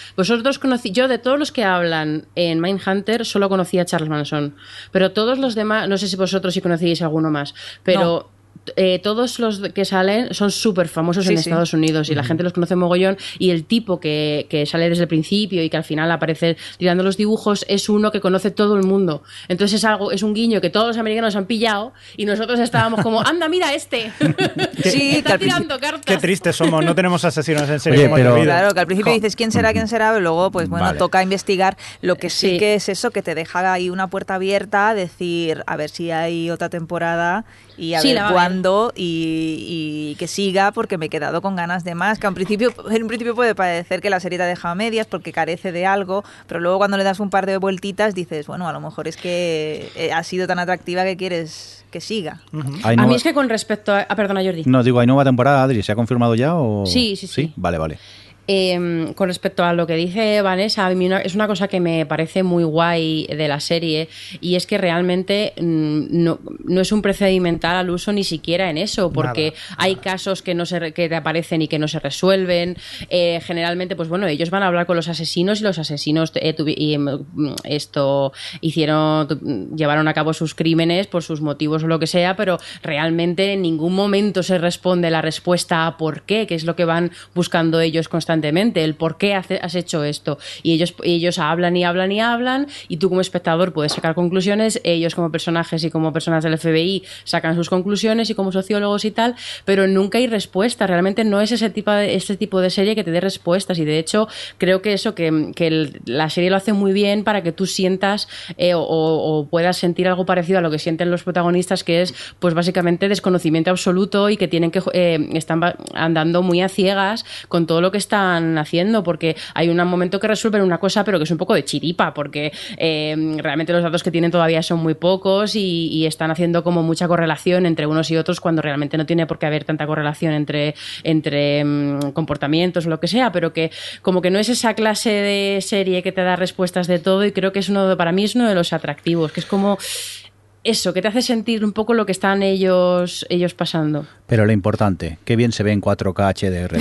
yo de todos los que hablan en Mindhunter solo conocía a Charles Manson, pero todos los demás, no sé si vosotros sí conocíais alguno más, pero... No. Todos los que salen son súper famosos en Estados Unidos, y la gente los conoce mogollón, y el tipo que sale desde el principio y que al final aparece tirando los dibujos es uno que conoce todo el mundo. Entonces es un guiño que todos los americanos han pillado, y nosotros estábamos como, anda, mira este. Sí, está tirando cartas. Qué tristes somos, no tenemos asesinos en serie. Oye, pero... Claro, que al principio dices quién será, pero luego pues bueno, toca investigar. Lo que sí que es eso, que te deja ahí una puerta abierta a decir, a ver si hay otra temporada y a ver cuándo, y que siga, porque me he quedado con ganas de más, que en un principio puede parecer que la serie te ha dejado a medias porque carece de algo, pero luego cuando le das un par de vueltitas dices, bueno, a lo mejor es que ha sido tan atractiva que quieres que siga. A mí es que con respecto a... perdona, Jordi. No, digo, ¿hay nueva temporada, Adri? ¿Se ha confirmado ya o...? Sí. Vale. Con respecto a lo que dice Vanessa, a mí es una cosa que me parece muy guay de la serie, y es que realmente no es un procedimental al uso ni siquiera en eso, porque hay casos que te aparecen y que no se resuelven. Generalmente, pues bueno, ellos van a hablar con los asesinos, y los asesinos llevaron a cabo sus crímenes por sus motivos o lo que sea, pero realmente en ningún momento se responde la respuesta a por qué, que es lo que van buscando ellos constantemente, el por qué has hecho esto. Y ellos hablan y hablan y hablan, y tú como espectador puedes sacar conclusiones, ellos como personajes y como personas del FBI sacan sus conclusiones, y como sociólogos y tal, pero nunca hay respuesta. Realmente no es este tipo de serie que te dé respuestas, y de hecho creo que la serie lo hace muy bien para que tú sientas o puedas sentir algo parecido a lo que sienten los protagonistas, que es pues básicamente desconocimiento absoluto, y que están andando muy a ciegas con todo lo que están haciendo, porque hay un momento que resuelven una cosa, pero que es un poco de chiripa, porque realmente los datos que tienen todavía son muy pocos, y están haciendo como mucha correlación entre unos y otros, cuando realmente no tiene por qué haber tanta correlación entre comportamientos o lo que sea, pero que como que no es esa clase de serie que te da respuestas de todo, y creo que para mí es uno de los atractivos, que es como eso, que te hace sentir un poco lo que están ellos pasando. Pero lo importante, qué bien se ve en 4K HDR.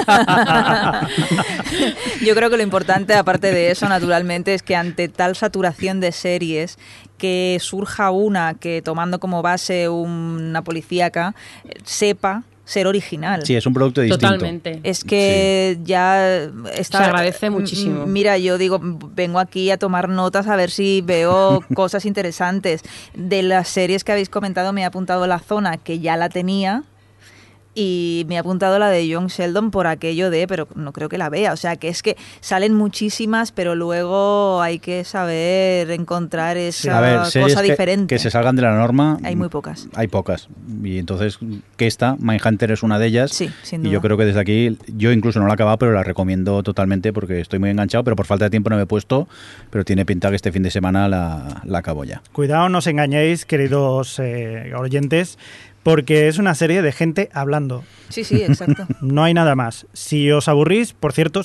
Yo creo que lo importante, aparte de eso, naturalmente, es que ante tal saturación de series, que surja una que, tomando como base una policíaca, sepa ser original. Sí, es un producto distinto. Totalmente. Es que ya está... Se agradece muchísimo. Mira, yo digo, vengo aquí a tomar notas a ver si veo cosas interesantes. De las series que habéis comentado, me he apuntado La Zona, que ya la tenía, y me he apuntado la de Young Sheldon por aquello pero no creo que la vea. O sea, que es que salen muchísimas, pero luego hay que saber encontrar esa cosa diferente. Que se salgan de la norma. Hay muy pocas. Hay pocas. Y entonces, Mindhunter es una de ellas. Sí, sin duda. Y yo creo que desde aquí, yo incluso no la he acabado, pero la recomiendo totalmente, porque estoy muy enganchado, pero por falta de tiempo no me he puesto, pero tiene pinta que este fin de semana la acabo ya. Cuidado, no os engañéis, queridos oyentes, porque es una serie de gente hablando. Sí, exacto. No hay nada más. Si os aburrís, por cierto,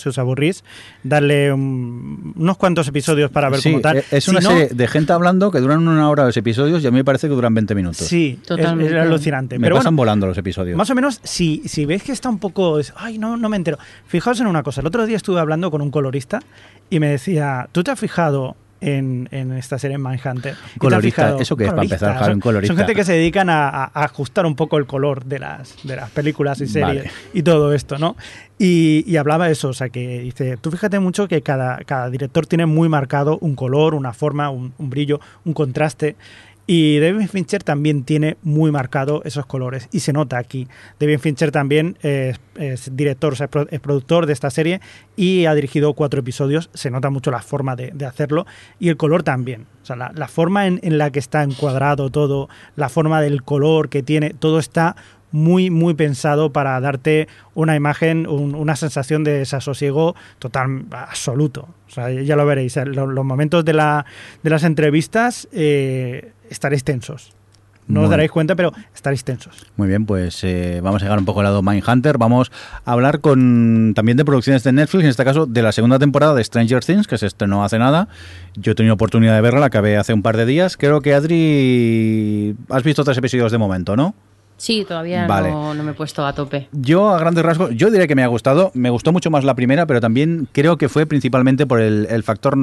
darle unos cuantos episodios para ver cómo tal. Es una serie de gente hablando que duran 1 hora los episodios, y a mí me parece que duran 20 minutos. Sí, es alucinante. Me pasan volando los episodios. Más o menos, si veis que está un poco... Ay, no me entero. Fijaos en una cosa. El otro día estuve hablando con un colorista y me decía, ¿tú te has fijado en esta serie, en Mindhunter? Colorista, ¿eso qué es, para empezar, Javi, un colorista? Son gente que se dedican a ajustar un poco el color de las películas y series, y todo esto, ¿no? Y hablaba de eso, o sea, que dice, tú fíjate mucho que cada director tiene muy marcado un color, una forma, un brillo, un contraste. Y David Fincher también tiene muy marcado esos colores, y se nota aquí. David Fincher también es director, o sea, es productor de esta serie, y ha dirigido 4 episodios. Se nota mucho la forma de hacerlo, y el color también. O sea, la forma en la que está encuadrado todo, la forma del color que tiene, todo está muy, muy pensado para darte una imagen, una sensación de desasosiego total, absoluto. O sea, ya lo veréis. Los momentos de las entrevistas estaréis tensos. No os daréis cuenta, pero estaréis tensos. Muy bien, pues vamos a llegar un poco al lado Mindhunter. Vamos a hablar también de producciones de Netflix, en este caso de la segunda temporada de Stranger Things, que se estrenó hace nada. Yo he tenido oportunidad de verla, la acabé hace un par de días. Creo que, Adri, has visto 3 episodios de momento, ¿no? Sí, todavía vale. No me he puesto a tope. Yo, a grandes rasgos, yo diré que me ha gustado. Me gustó mucho más la primera, pero también creo que fue principalmente por el factor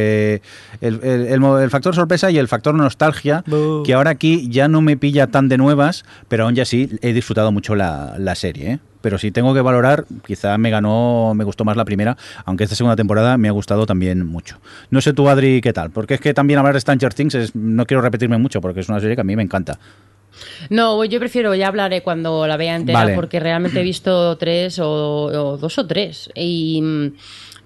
el factor sorpresa y el factor nostalgia, que ahora aquí ya no me pilla tan de nuevas, pero aún ya sí he disfrutado mucho la serie, ¿eh? Pero si tengo que valorar, quizá me gustó más la primera, aunque esta segunda temporada me ha gustado también mucho. No sé tú, Adri, ¿qué tal? Porque es que también hablar de Stranger Things no quiero repetirme mucho, porque es una serie que a mí me encanta. No, yo prefiero, ya hablaré cuando la vea entera, vale. Porque realmente he visto 2 o 3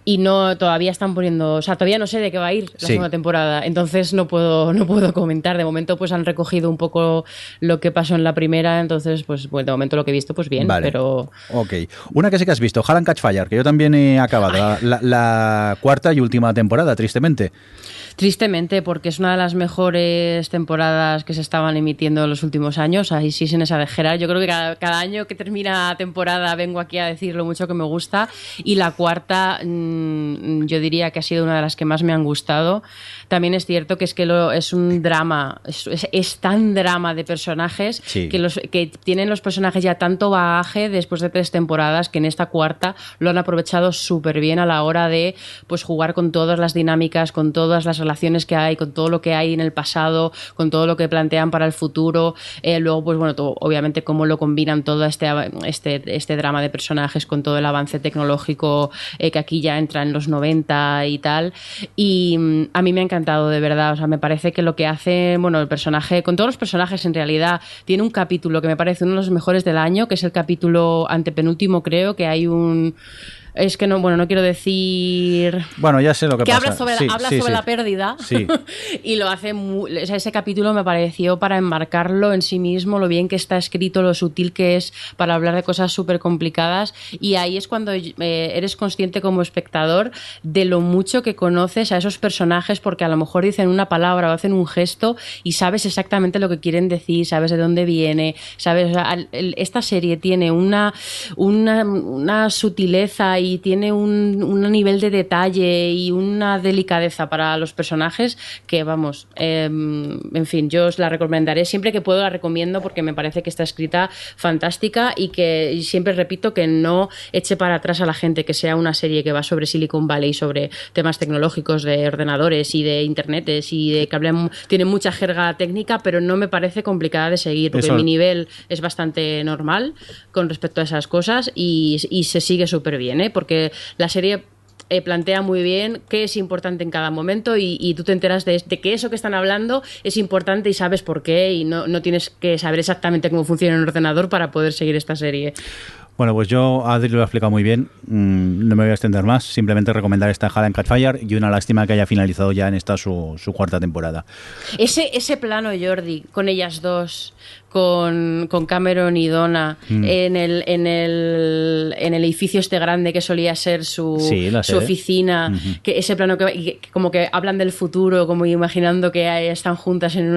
y no todavía están poniendo, o sea, todavía no sé de qué va a ir la segunda temporada, entonces no puedo comentar. De momento pues han recogido un poco lo que pasó en la primera, entonces pues de momento lo que he visto pues bien, vale. Pero... Ok. Una que sí que has visto, Halt and Catch Fire, que yo también he acabado la cuarta y última temporada, tristemente. Tristemente, porque es una de las mejores temporadas que se estaban emitiendo en los últimos años, ahí sí sin exagerar. Yo creo que cada año que termina temporada vengo aquí a decir lo mucho que me gusta, y la cuarta yo diría que ha sido una de las que más me han gustado. También es cierto que es un drama, es tan drama de personajes, sí, que tienen los personajes ya tanto bagaje después de 3 temporadas, que en esta cuarta lo han aprovechado súper bien a la hora de pues jugar con todas las dinámicas, con todas las relaciones que hay, con todo lo que hay en el pasado, con todo lo que plantean para el futuro. Luego, pues bueno, obviamente cómo lo combinan todo este drama de personajes con todo el avance tecnológico que aquí ya entra en los 90 y tal. Y a mí me ha encantado, de verdad. O sea, me parece que lo que hace, bueno, el personaje, con todos los personajes en realidad, tiene un capítulo que me parece uno de los mejores del año, que es el capítulo antepenúltimo, creo, que hay un... Es que no, bueno, no quiero decir... Bueno, ya sé lo que pasa. Habla sobre la pérdida. Sí. Y lo hace... O sea, ese capítulo me pareció para enmarcarlo en sí mismo, lo bien que está escrito, lo sutil que es para hablar de cosas súper complicadas. Y ahí es cuando eres consciente como espectador de lo mucho que conoces a esos personajes, porque a lo mejor dicen una palabra o hacen un gesto y sabes exactamente lo que quieren decir, sabes de dónde viene, sabes... O sea, esta serie tiene una sutileza y tiene un nivel de detalle y una delicadeza para los personajes que, vamos, en fin, yo os la recomendaré siempre que puedo, la recomiendo porque me parece que está escrita fantástica y que siempre repito que no eche para atrás a la gente, que sea una serie que va sobre Silicon Valley, sobre temas tecnológicos de ordenadores y de internetes y de que tiene mucha jerga técnica, pero no me parece complicada de seguir, porque mi nivel es bastante normal con respecto a esas cosas y se sigue súper bien, porque la serie plantea muy bien qué es importante en cada momento y tú te enteras de que eso que están hablando es importante y sabes por qué, y no tienes que saber exactamente cómo funciona un ordenador para poder seguir esta serie. Bueno, pues yo, Adri lo ha explicado muy bien, no me voy a extender más, simplemente recomendar esta Halt and Catch Fire, y una lástima que haya finalizado ya en esta su cuarta temporada. Ese plano, Jordi, con ellas dos, con Cameron y Donna, en el edificio este grande que solía ser su oficina, que ese plano que como que hablan del futuro, como imaginando que están juntas en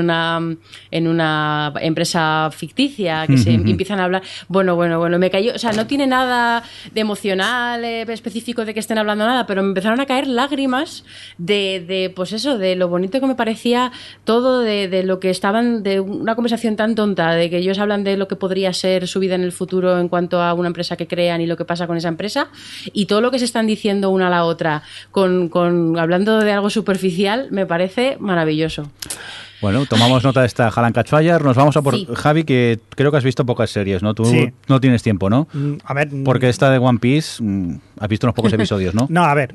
una empresa ficticia, que se empiezan a hablar, bueno, me cayó, o sea, no tiene nada de emocional específico de que estén hablando nada, pero me empezaron a caer lágrimas de pues eso, de lo bonito que me parecía todo, de lo que estaban, de una conversación tan tonta, de que ellos hablan de lo que podría ser su vida en el futuro en cuanto a una empresa que crean y lo que pasa con esa empresa, y todo lo que se están diciendo una a la otra hablando de algo superficial, me parece maravilloso. Bueno, tomamos nota de esta Halt and Catch Fire. Nos vamos a por Javi, que creo que has visto pocas series, ¿no? Tú no tienes tiempo, ¿no? A ver... Porque esta de One Piece, has visto unos pocos episodios, ¿no? No, a ver...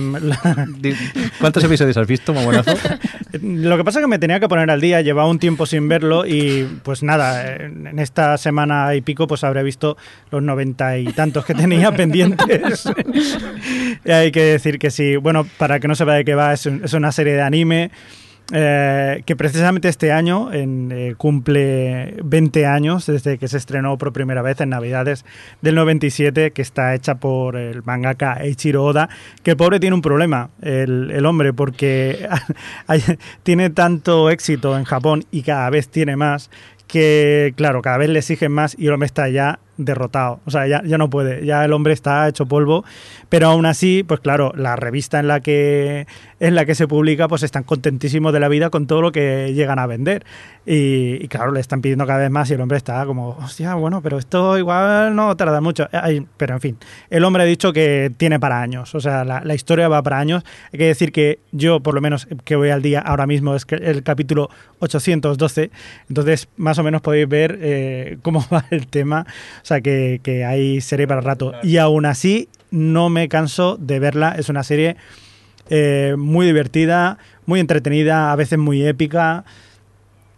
¿Cuántos episodios has visto, Mabuenazo? Lo que pasa es que me tenía que poner al día, llevaba un tiempo sin verlo y pues nada, en esta semana y pico pues habré visto los 90 y tantos que tenía pendientes. Y hay que decir que sí. Bueno, para que no sepa de qué va, es una serie de anime... que precisamente este año cumple 20 años desde que se estrenó por primera vez en Navidades del 97, que está hecha por el mangaka Eiichiro Oda, que el pobre tiene un problema, el hombre, porque tiene tanto éxito en Japón y cada vez tiene más, que claro, cada vez le exigen más y el hombre está ya derrotado, o sea, ya no puede, ya el hombre está hecho polvo, pero aún así, pues claro, la revista en la que se publica, pues están contentísimos de la vida con todo lo que llegan a vender y claro, le están pidiendo cada vez más y el hombre está como, hostia, bueno, pero esto igual no tarda mucho, pero en fin, el hombre ha dicho que tiene para años, o sea, la historia va para años. Hay que decir que yo, por lo menos, que voy al día ahora mismo, es el capítulo 812, entonces más o menos podéis ver cómo va el tema. O sea, que hay serie para rato. Claro. Y aún así no me canso de verla. Es una serie muy divertida, muy entretenida, a veces muy épica.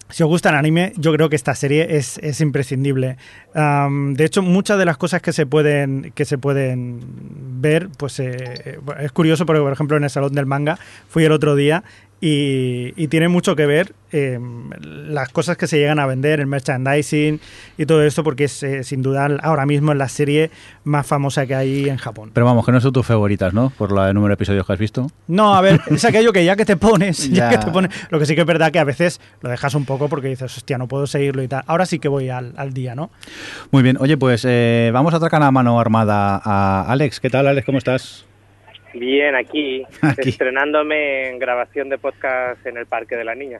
Si os gusta el anime, yo creo que esta serie es imprescindible. De hecho, muchas de las cosas que se pueden ver, pues es curioso porque, por ejemplo, en el Salón del Manga fui el otro día y tiene mucho que ver las cosas que se llegan a vender, el merchandising y todo esto, porque es sin duda ahora mismo es la serie más famosa que hay en Japón. Pero vamos, que no son tus favoritas, ¿no? Por el número de episodios que has visto. No, a ver, es aquello que ya que te pones, lo que sí que es verdad que a veces lo dejas un poco porque dices, hostia, no puedo seguirlo y tal. Ahora sí que voy al día, ¿no? Muy bien, oye, pues vamos a atracar a mano armada a Alex. ¿Qué tal, Alex? ¿Cómo estás? Bien, aquí, estrenándome en grabación de podcast en el Parque de la Niña.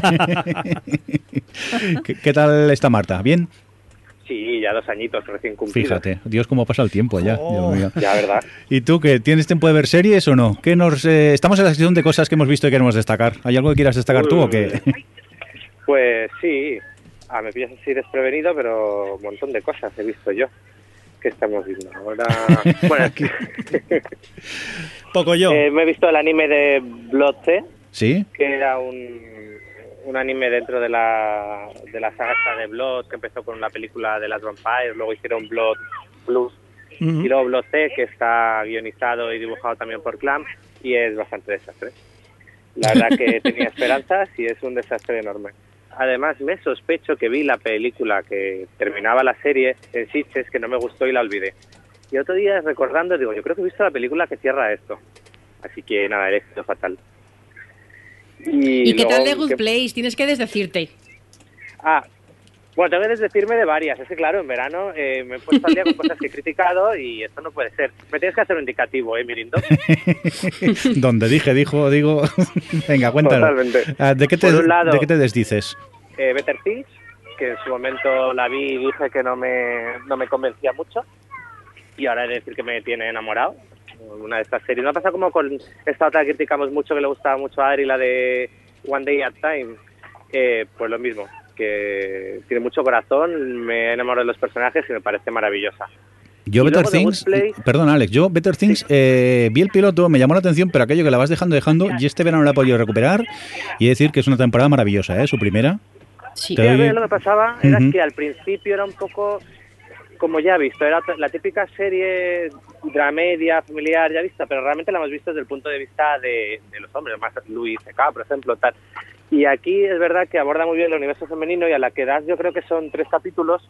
¿Qué tal está Marta? ¿Bien? Sí, ya 2 añitos recién cumplidos. Fíjate, Dios, cómo pasa el tiempo ya. Dios mío. Ya, ¿verdad? ¿Y tú, qué? ¿Tienes tiempo de ver series o no? Estamos en la sección de cosas que hemos visto y queremos destacar. ¿Hay algo que quieras destacar tú o qué? Pues sí, me pillas así desprevenido, pero un montón de cosas he visto yo. ¿Qué estamos viendo ahora? Bueno, aquí. Poco yo. Me he visto el anime de Blood T, ¿Sí? que era un anime dentro de la saga de Blood, que empezó con la película de las Vampires, luego hicieron Blood Plus, y luego Blood T, que está guionizado y dibujado también por Clamp, y es bastante desastre. La verdad que tenía esperanzas y es un desastre enorme. Además, me sospecho que vi la película que terminaba la serie en Sitges, que no me gustó y la olvidé. Y otro día, recordando, digo, yo creo que he visto la película que cierra esto. Así que nada, el éxito fatal. ¿Y qué tal de Good Place? Tienes que desdecirte. Bueno, tengo que desdecirme de varias. Es que claro, en verano me he puesto al día con cosas que he criticado y esto no puede ser. Me tienes que hacer un indicativo, Mirindo. Donde digo. Venga, cuéntalo. Totalmente. ¿De qué te desdices? Better Things, que en su momento la vi y dije que no me convencía mucho. Y ahora he de decir que me tiene enamorado. Una de estas series. No pasa como con esta otra que criticamos mucho, que le gustaba mucho a Ari, la de One Day at Time. Pues lo mismo, que tiene mucho corazón, me enamoro de los personajes y me parece maravillosa. Yo Better Things, perdón Alex, Better Things, vi el piloto, me llamó la atención, pero aquello que la vas dejando, y este verano la he podido recuperar y decir que es una temporada maravillosa, su primera. Sí. Lo que pasaba era que al principio era un poco, como ya visto, era la típica serie dramedia, familiar, ya vista, pero realmente la hemos visto desde el punto de vista de los hombres, más Louis C.K., por ejemplo, tal. Y aquí es verdad que aborda muy bien el universo femenino y a la que das, yo creo que son 3 capítulos,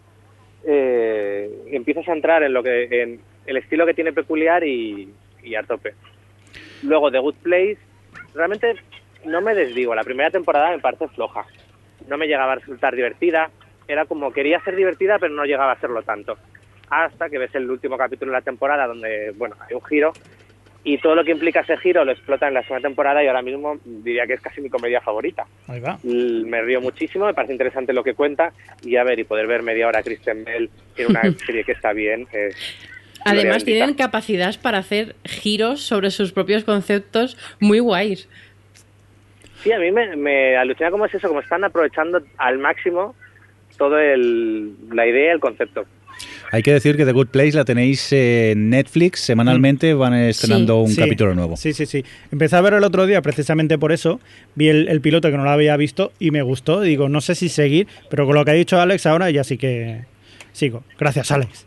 empiezas a entrar en el estilo que tiene peculiar y a tope. Luego, The Good Place, realmente no me desdigo. La primera temporada me parece floja. No me llegaba a resultar divertida. Era como, quería ser divertida, pero no llegaba a serlo tanto. Hasta que ves el último capítulo de la temporada, donde, bueno, hay un giro. Y todo lo que implica ese giro lo explota en la segunda temporada y ahora mismo diría que es casi mi comedia favorita. Ahí va. Me río muchísimo, me parece interesante lo que cuenta y poder ver media hora a Kristen Bell en una serie que está bien. Además tienen capacidad para hacer giros sobre sus propios conceptos muy guays. Sí, a mí me alucina cómo es eso, cómo están aprovechando al máximo todo la idea, el concepto. Hay que decir que The Good Place la tenéis en Netflix, semanalmente van estrenando un capítulo nuevo. Sí. Empecé a ver el otro día precisamente por eso, vi el piloto que no lo había visto y me gustó, digo, no sé si seguir, pero con lo que ha dicho Alex ahora ya sí que sigo. Gracias, Alex.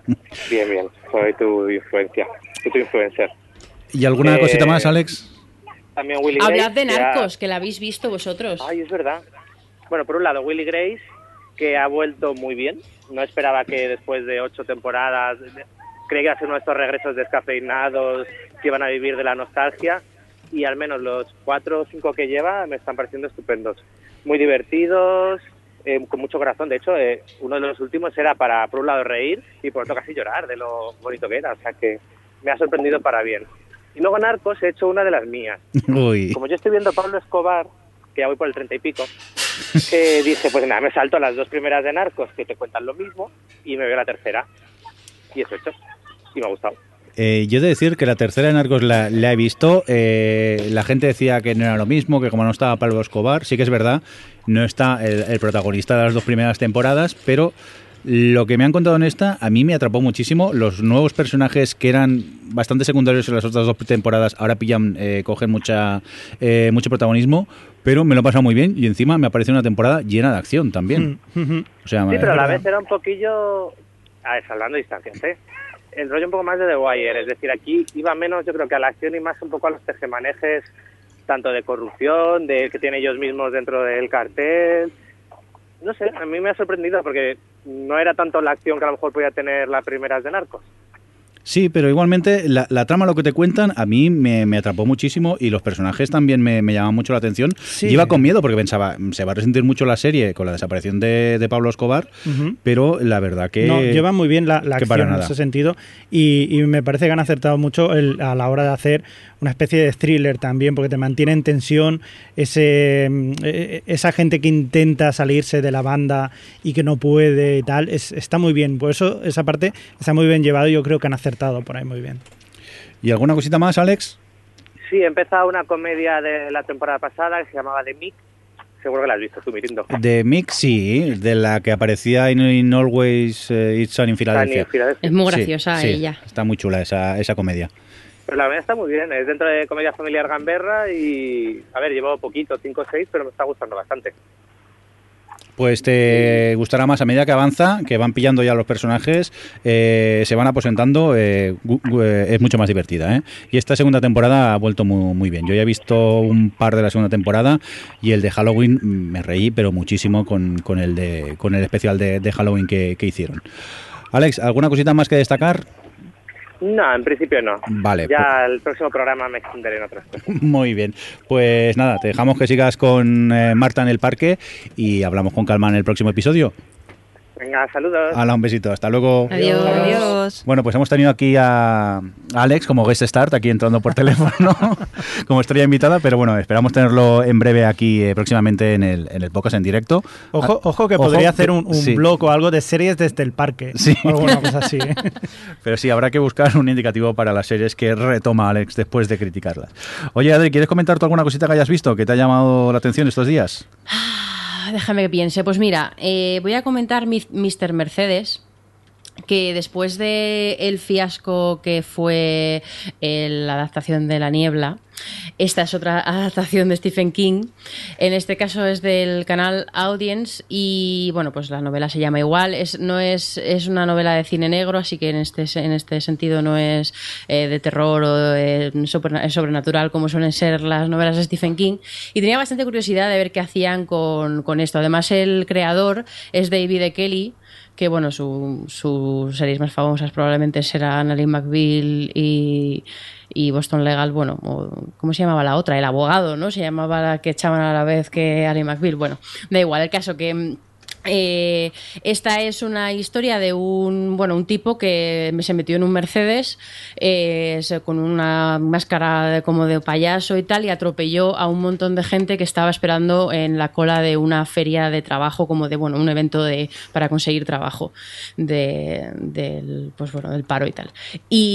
Bien, soy tu influencia, soy tu influencer. ¿Y alguna cosita más, Alex? También Willy Hablad Grace, de Narcos, que la habéis visto vosotros. Ay, es verdad. Bueno, por un lado, Willy Grace, que ha vuelto muy bien. No esperaba que después de 8 temporadas, creía que iba a ser uno de estos regresos descafeinados que iban a vivir de la nostalgia, y al menos los 4 o 5 que lleva me están pareciendo estupendos. Muy divertidos, con mucho corazón. De hecho, uno de los últimos era para, por un lado, reír y por otro casi llorar de lo bonito que era. O sea que me ha sorprendido para bien. Y luego Narcos he hecho una de las mías. Uy. Como yo estoy viendo Pablo Escobar, que ya voy por el 30 y pico, dije, pues nada, me salto las 2 primeras de Narcos, que te cuentan lo mismo, y me veo la tercera. Y eso he hecho. Y me ha gustado. Yo he de decir que la tercera de Narcos la he visto. La gente decía que no era lo mismo, que como no estaba Pablo Escobar, sí que es verdad, no está el protagonista de las 2 primeras temporadas, pero Lo que me han contado en esta, a mí me atrapó muchísimo. Los nuevos personajes que eran bastante secundarios en las otras 2 temporadas, ahora cogen mucho protagonismo, pero me lo he pasado muy bien y encima me ha parecido una temporada llena de acción también. O sea, sí, pero a la vez era un poquillo, salvando distancias, el rollo un poco más de The Wire, es decir, aquí iba menos, yo creo que a la acción y más un poco a los tejemanejes, tanto de corrupción, de que tienen ellos mismos dentro del cartel. No sé, a mí me ha sorprendido porque no era tanto la acción que a lo mejor podía tener las primeras de Narcos. Sí, pero igualmente la trama, lo que te cuentan, a mí me atrapó muchísimo y los personajes también me llaman mucho la atención. Sí. Iba con miedo porque pensaba, se va a resentir mucho la serie con la desaparición de Pablo Escobar, pero la verdad que... No, lleva muy bien la acción en ese sentido y me parece que han acertado mucho a la hora de hacer una especie de thriller también, porque te mantiene en tensión esa gente que intenta salirse de la banda y que no puede y tal, está muy bien. Por eso esa parte está muy bien llevado y yo creo que han acertado por ahí muy bien. ¿Y alguna cosita más, Alex? Sí, he empezado una comedia de la temporada pasada que se llamaba The Mick. Seguro que la has visto tú, Mirindo. The Mick, sí, de la que aparecía in Always It's Sunny in Philadelphia. Es muy graciosa ella. Está muy chula esa comedia. Pues la verdad está muy bien, es dentro de comedia familiar gamberra y, a ver, llevo poquito, 5 o 6, pero me está gustando bastante. Pues te gustará más a medida que avanza, que van pillando ya los personajes, se van aposentando, es mucho más divertida, Y esta segunda temporada ha vuelto muy, muy bien. Yo ya he visto un par de la segunda temporada y el de Halloween me reí, pero muchísimo con el especial de Halloween que hicieron. Alex, ¿alguna cosita más que destacar? No, en principio no. Vale. Ya el próximo programa me extenderé en otras cosas. Muy bien. Pues nada, te dejamos que sigas con Marta en el parque y hablamos con calma en el próximo episodio. Venga, saludos. Hala, un besito. Hasta luego. Adiós. Adiós. Bueno, pues hemos tenido aquí a Alex como guest start, aquí entrando por teléfono, como estrella invitada, pero bueno, esperamos tenerlo en breve aquí próximamente en el podcast en directo. Ojo que podría hacer un blog o algo de series desde el parque. Sí. O alguna cosa así. Pero sí, habrá que buscar un indicativo para las series que retoma Alex después de criticarlas. Oye, Adri, ¿quieres comentar tú alguna cosita que hayas visto que te ha llamado la atención estos días? Déjame que piense. Pues mira, voy a comentar Mr. Mercedes, que después de el fiasco que fue la adaptación de La Niebla, esta es otra adaptación de Stephen King. En este caso es del canal Audience y bueno, pues la novela se llama igual. Es una novela de cine negro, así que en este sentido no es de terror o sobrenatural como suelen ser las novelas de Stephen King. Y tenía bastante curiosidad de ver qué hacían con esto. Además, el creador es David E. Kelly, que bueno, sus series más famosas probablemente serán Ally McBeal y Boston Legal, bueno, ¿cómo se llamaba la otra? El abogado, ¿no? Se llamaba la que echaban a la vez que Ally McBeal. Bueno, da igual, el caso que esta es una historia de un tipo que se metió en un Mercedes con una máscara como de payaso y tal, y atropelló a un montón de gente que estaba esperando en la cola de una feria de trabajo, como de un evento para conseguir trabajo del paro y tal.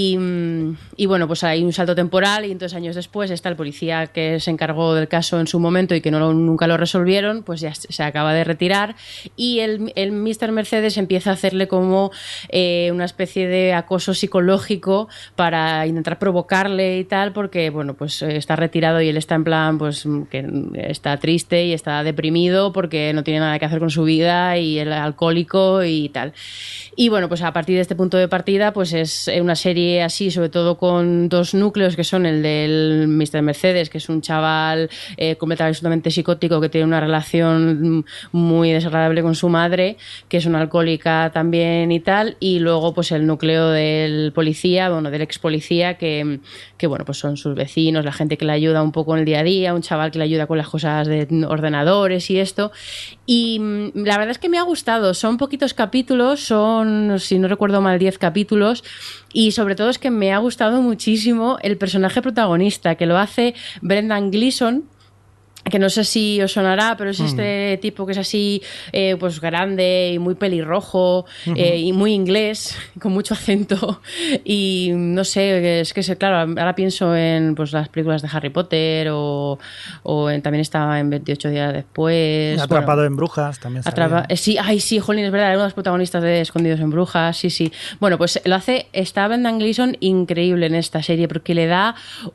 Y bueno, pues hay un salto temporal y entonces años después está el policía que se encargó del caso en su momento y que nunca lo resolvieron, pues ya se acaba de retirar. Y el Mr. Mercedes empieza a hacerle como una especie de acoso psicológico para intentar provocarle y tal, porque bueno, pues está retirado y él está en plan, pues que está triste y está deprimido porque no tiene nada que hacer con su vida y el alcohólico y tal. Y bueno, pues a partir de este punto de partida, pues es una serie así, sobre todo con 2 núcleos, que son el del Mr. Mercedes, que es un chaval completamente psicótico que tiene una relación muy desagradable con su madre, que es una alcohólica también y tal, y luego pues el núcleo del policía, del ex policía, que bueno, pues son sus vecinos, la gente que le ayuda un poco en el día a día, un chaval que le ayuda con las cosas de ordenadores y esto. Y la verdad es que me ha gustado. Son poquitos capítulos, son, si no recuerdo mal, 10 capítulos, y sobre todo es que me ha gustado muchísimo el personaje protagonista, que lo hace Brendan Gleeson, que no sé si os sonará, pero es este tipo que es así, pues grande y muy pelirrojo y muy inglés, con mucho acento. Y no sé, es que claro, ahora pienso en pues las películas de Harry Potter también estaba en 28 días después. Atrapado en Brujas también. Sí, jolín, es verdad, era uno de los protagonistas de Escondidos en Brujas, sí. Bueno, pues lo hace, está Brendan Gleeson increíble en esta serie porque le da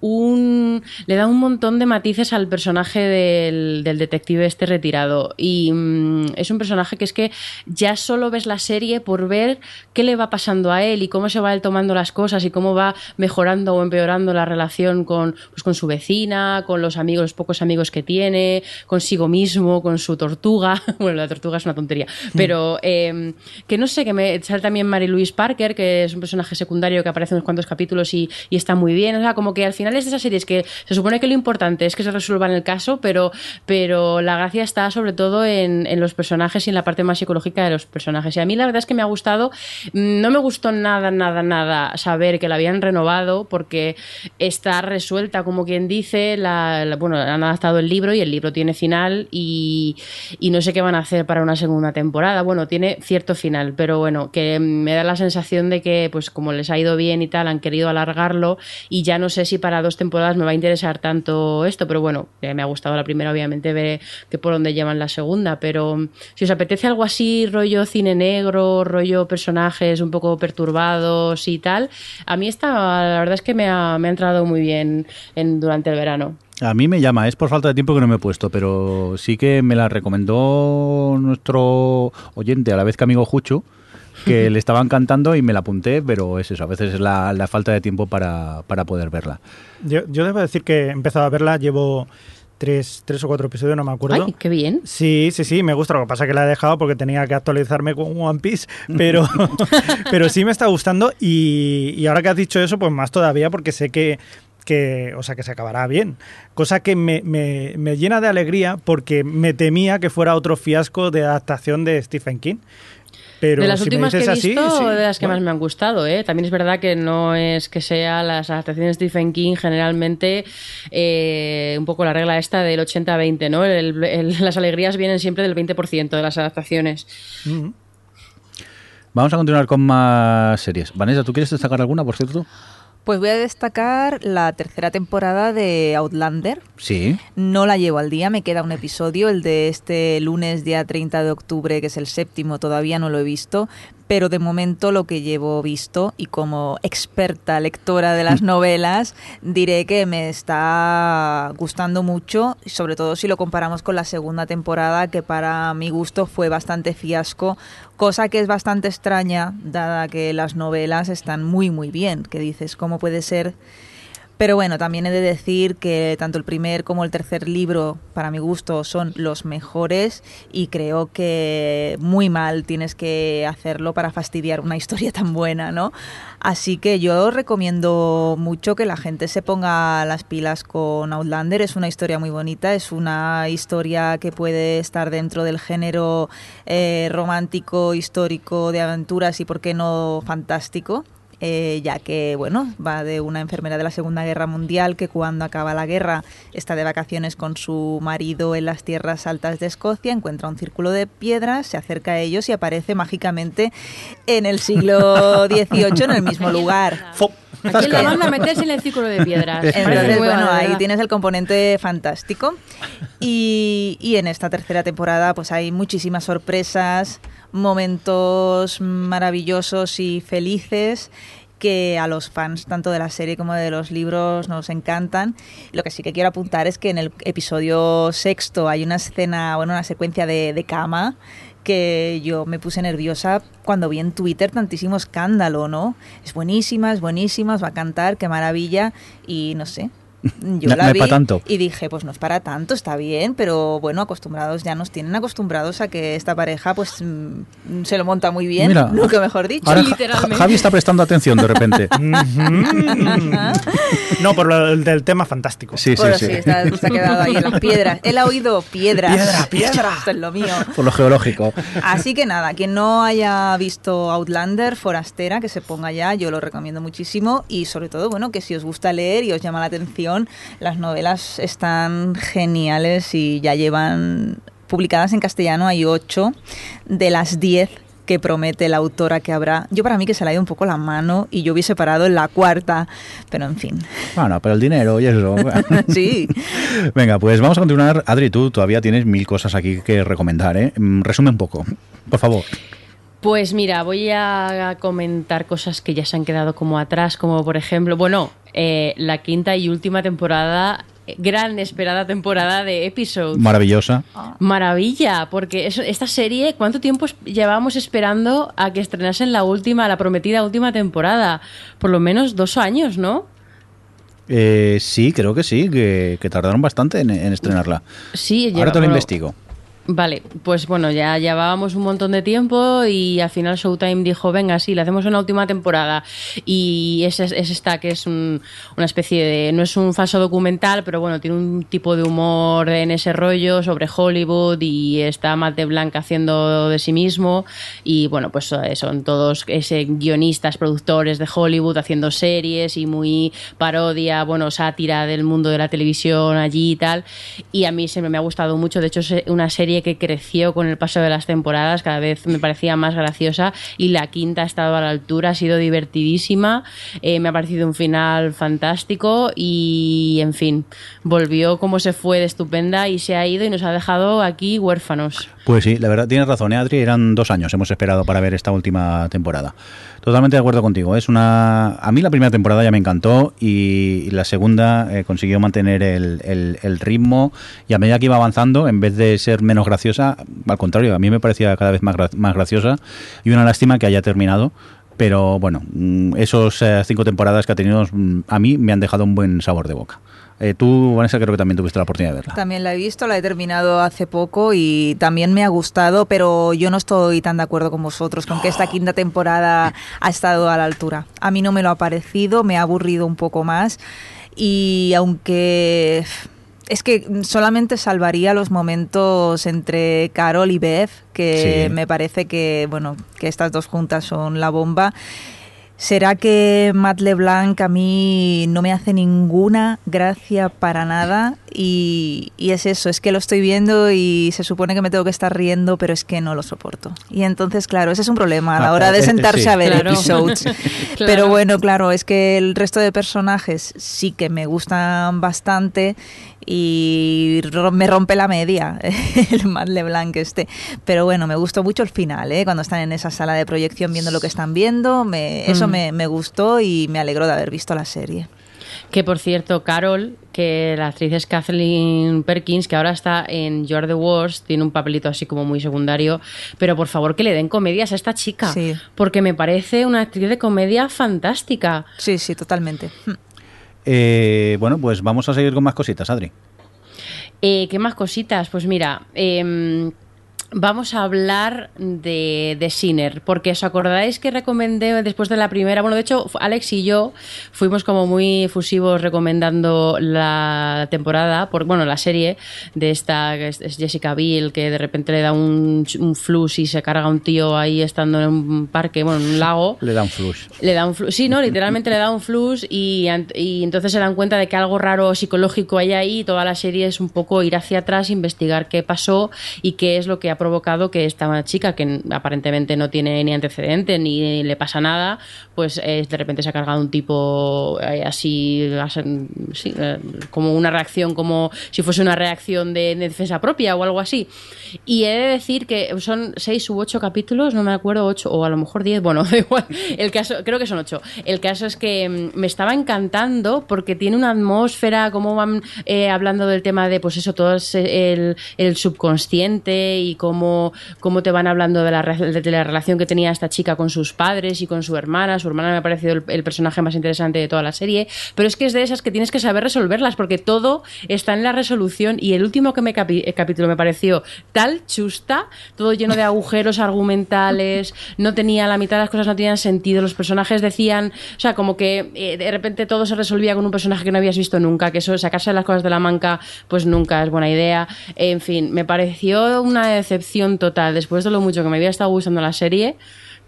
un montón de matices al personaje del detective este retirado y es un personaje que es que ya solo ves la serie por ver qué le va pasando a él y cómo se va él tomando las cosas y cómo va mejorando o empeorando la relación con su vecina, con los pocos amigos que tiene, consigo mismo, con su tortuga. Bueno, la tortuga es una tontería, pero que no sé, que me sale también Mary Louise Parker, que es un personaje secundario que aparece en unos cuantos capítulos y está muy bien. O sea, como que al final es de esas series que se supone que lo importante es que se resuelva en el caso, pero la gracia está sobre todo en los personajes y en la parte más psicológica de los personajes. Y a mí la verdad es que me ha gustado. No me gustó nada saber que la habían renovado porque está resuelta, como quien dice. Bueno, han adaptado el libro y el libro tiene final y no sé qué van a hacer para una segunda temporada. Bueno, tiene cierto final, pero bueno, que me da la sensación de que pues como les ha ido bien y tal, han querido alargarlo y ya no sé si para 2 temporadas me va a interesar tanto esto, pero bueno, me ha gustado la primera, obviamente veré que por dónde llevan la segunda, pero si os apetece algo así, rollo cine negro, rollo personajes un poco perturbados y tal, a mí la verdad es que me ha entrado muy bien durante el verano. A mí me llama, es por falta de tiempo que no me he puesto, pero sí que me la recomendó nuestro oyente, a la vez que amigo Juchu, que le estaban cantando y me la apunté, pero es eso, a veces es la falta de tiempo para poder verla. Yo debo decir que he empezado a verla, llevo 3 o 4 episodios, no me acuerdo. ¡Ay, qué bien! Sí, me gusta. Lo que pasa es que la he dejado porque tenía que actualizarme con One Piece, pero sí me está gustando y ahora que has dicho eso, pues más todavía porque sé que se acabará bien. Cosa que me llena de alegría porque me temía que fuera otro fiasco de adaptación de Stephen King. Pero de las últimas que he visto, sí, de las que más me han gustado, ¿eh? También es verdad que no es que sea las adaptaciones de Stephen King generalmente un poco la regla esta del 80-20, ¿no? Las alegrías vienen siempre del 20% de las adaptaciones. Mm-hmm. Vamos a continuar con más series. Vanessa, ¿tú quieres destacar alguna, por cierto? Pues voy a destacar la 3ª temporada de Outlander. Sí. No la llevo al día, me queda un episodio, el de este lunes, día 30 de octubre, que es el 7º, todavía no lo he visto, pero de momento lo que llevo visto, y como experta lectora de las novelas, diré que me está gustando mucho, sobre todo si lo comparamos con la 2ª temporada, que para mi gusto fue bastante fiasco, cosa que es bastante extraña, dada que las novelas están muy muy bien, que dices, ¿cómo puede ser? Pero bueno, también he de decir que tanto el primer como el tercer libro, para mi gusto, son los mejores y creo que muy mal tienes que hacerlo para fastidiar una historia tan buena, ¿no? Así que yo recomiendo mucho que la gente se ponga las pilas con Outlander. Es una historia muy bonita, es una historia que puede estar dentro del género romántico, histórico, de aventuras y, por qué no, fantástico. Ya que, bueno, va de una enfermera de la Segunda Guerra Mundial que cuando acaba la guerra está de vacaciones con su marido en las tierras altas de Escocia, encuentra un círculo de piedras, se acerca a ellos y aparece mágicamente en el siglo XVIII en el mismo lugar. ¿A quién le manda a meterse en el círculo de piedras? Entonces, bueno, ahí tienes el componente fantástico. Y en esta 3ª temporada pues hay muchísimas sorpresas, momentos maravillosos y felices que a los fans tanto de la serie como de los libros nos encantan. Lo que sí que quiero apuntar es que en el episodio 6º hay una escena, bueno, una secuencia de cama que yo me puse nerviosa cuando vi en Twitter tantísimo escándalo, ¿no? Es buenísima, os va a cantar, qué maravilla, y no sé. Yo la vi y dije, pues no es para tanto, está bien, pero bueno, nos tienen acostumbrados a que esta pareja pues se lo monta muy bien, mira, nunca mejor dicho. Ahora literalmente. Javi está prestando atención de repente. No, por el del tema fantástico. Sí, se ha quedado ahí en las piedras. Él ha oído piedras. Piedra. Esto es lo mío. Por lo geológico. Así que nada, quien no haya visto Outlander, Forastera, que se ponga ya, yo lo recomiendo muchísimo, y sobre todo, bueno, que si os gusta leer y os llama la atención ficción, las novelas están geniales y ya llevan publicadas en castellano, hay 8 de las 10 que promete la autora que habrá. Yo para mí que se le ha ido un poco la mano y yo hubiese parado en la 4ª, pero en fin. Bueno, pero el dinero y eso. Sí. Venga, pues vamos a continuar. Adri, tú todavía tienes 1000 cosas aquí que recomendar, ¿eh? Resume un poco, por favor. Pues mira, voy a comentar cosas que ya se han quedado como atrás, como por ejemplo, la 5ª y última temporada, gran esperada temporada de Episodes. Maravillosa. Maravilla, porque esta serie, ¿cuánto tiempo llevábamos esperando a que estrenasen la prometida última temporada? Por lo menos 2 años, ¿no? Sí, creo que sí, que tardaron bastante en estrenarla. Sí, ahora te lo investigo. Vale, pues bueno, ya llevábamos un montón de tiempo y al final Showtime dijo, venga, sí, le hacemos una última temporada. Y es esta que es una especie de... No es un falso documental, pero bueno, tiene un tipo de humor en ese rollo sobre Hollywood y está Matt LeBlanc haciendo de sí mismo. Y bueno, pues son todos guionistas, productores de Hollywood haciendo series y muy parodia, sátira del mundo de la televisión allí y tal. Y a mí siempre me ha gustado mucho. De hecho, es una serie que creció con el paso de las temporadas, cada vez me parecía más graciosa y la 5ª ha estado a la altura, ha sido divertidísima, me ha parecido un final fantástico y en fin, volvió como se fue de estupenda y se ha ido y nos ha dejado aquí huérfanos. Pues sí, la verdad, tienes razón, Adri, eran 2 años, hemos esperado para ver esta última temporada. Totalmente de acuerdo contigo, a mí la primera temporada ya me encantó y la segunda consiguió mantener el ritmo y a medida que iba avanzando, en vez de ser menos graciosa, al contrario, a mí me parecía cada vez más graciosa y una lástima que haya terminado. Pero bueno, esos 5 temporadas que ha tenido a mí me han dejado un buen sabor de boca. Tú, Vanessa, creo que también tuviste la oportunidad de verla. También la he visto, la he terminado hace poco y también me ha gustado, pero yo no estoy tan de acuerdo con vosotros con que esta 5ª temporada ha estado a la altura. A mí no me lo ha parecido, me ha aburrido un poco más y aunque... Es que solamente salvaría los momentos entre Carol y Bev, que sí. Me parece que estas dos juntas son la bomba. ¿Será que Matt LeBlanc a mí no me hace ninguna gracia para nada? Y es eso, es que lo estoy viendo y se supone que me tengo que estar riendo, pero es que no lo soporto. Y entonces, claro, ese es un problema a la hora de sentarse a ver Episodes. Claro. Pero bueno, claro, es que el resto de personajes sí que me gustan bastante y me rompe la media el Matt LeBlanc pero bueno, me gustó mucho el final, cuando están en esa sala de proyección viendo lo que están viendo, eso me gustó y me alegró de haber visto la serie. Que por cierto, Carol, que la actriz es Kathleen Perkins, que ahora está en You Are the Worst, tiene un papelito así como muy secundario, pero por favor que le den comedias a esta chica, sí. Porque me parece una actriz de comedia fantástica. Sí, totalmente. Bueno, pues vamos a seguir con más cositas, Adri. ¿Qué más cositas? Pues mira, vamos a hablar de Sinner, porque os acordáis que recomendé después de la primera, de hecho Alex y yo fuimos como muy efusivos recomendando la temporada, la serie de esta, que es Jessica Biel, que de repente le da un flush y se carga un tío ahí estando en un parque, en un lago. Le da un flush. Sí, literalmente le da un flush y entonces se dan cuenta de que algo raro psicológico hay ahí y toda la serie es un poco ir hacia atrás, investigar qué pasó y qué es lo que ha provocado que esta chica, que aparentemente no tiene ni antecedente ni le pasa nada, pues de repente se ha cargado un tipo así, como una reacción, como si fuese una reacción de defensa propia o algo así. Y he de decir que son 6 u 8 capítulos, no me acuerdo, 8 o a lo mejor 10, da igual, el caso, creo que son 8. El caso es que me estaba encantando porque tiene una atmósfera, como van hablando del tema de, pues eso, todo el subconsciente y cómo te van hablando de la relación que tenía esta chica con sus padres y con su hermana. Su hermana me ha parecido el personaje más interesante de toda la serie, pero es que es de esas que tienes que saber resolverlas porque todo está en la resolución y el último capítulo me pareció tal chusta, todo lleno de agujeros argumentales, no tenía, la mitad de las cosas no tenían sentido, los personajes decían, como que de repente todo se resolvía con un personaje que no habías visto nunca, que eso, sacarse las cosas de la manga, pues nunca es buena idea. En fin, me pareció una decepción total después de lo mucho que me había estado gustando la serie.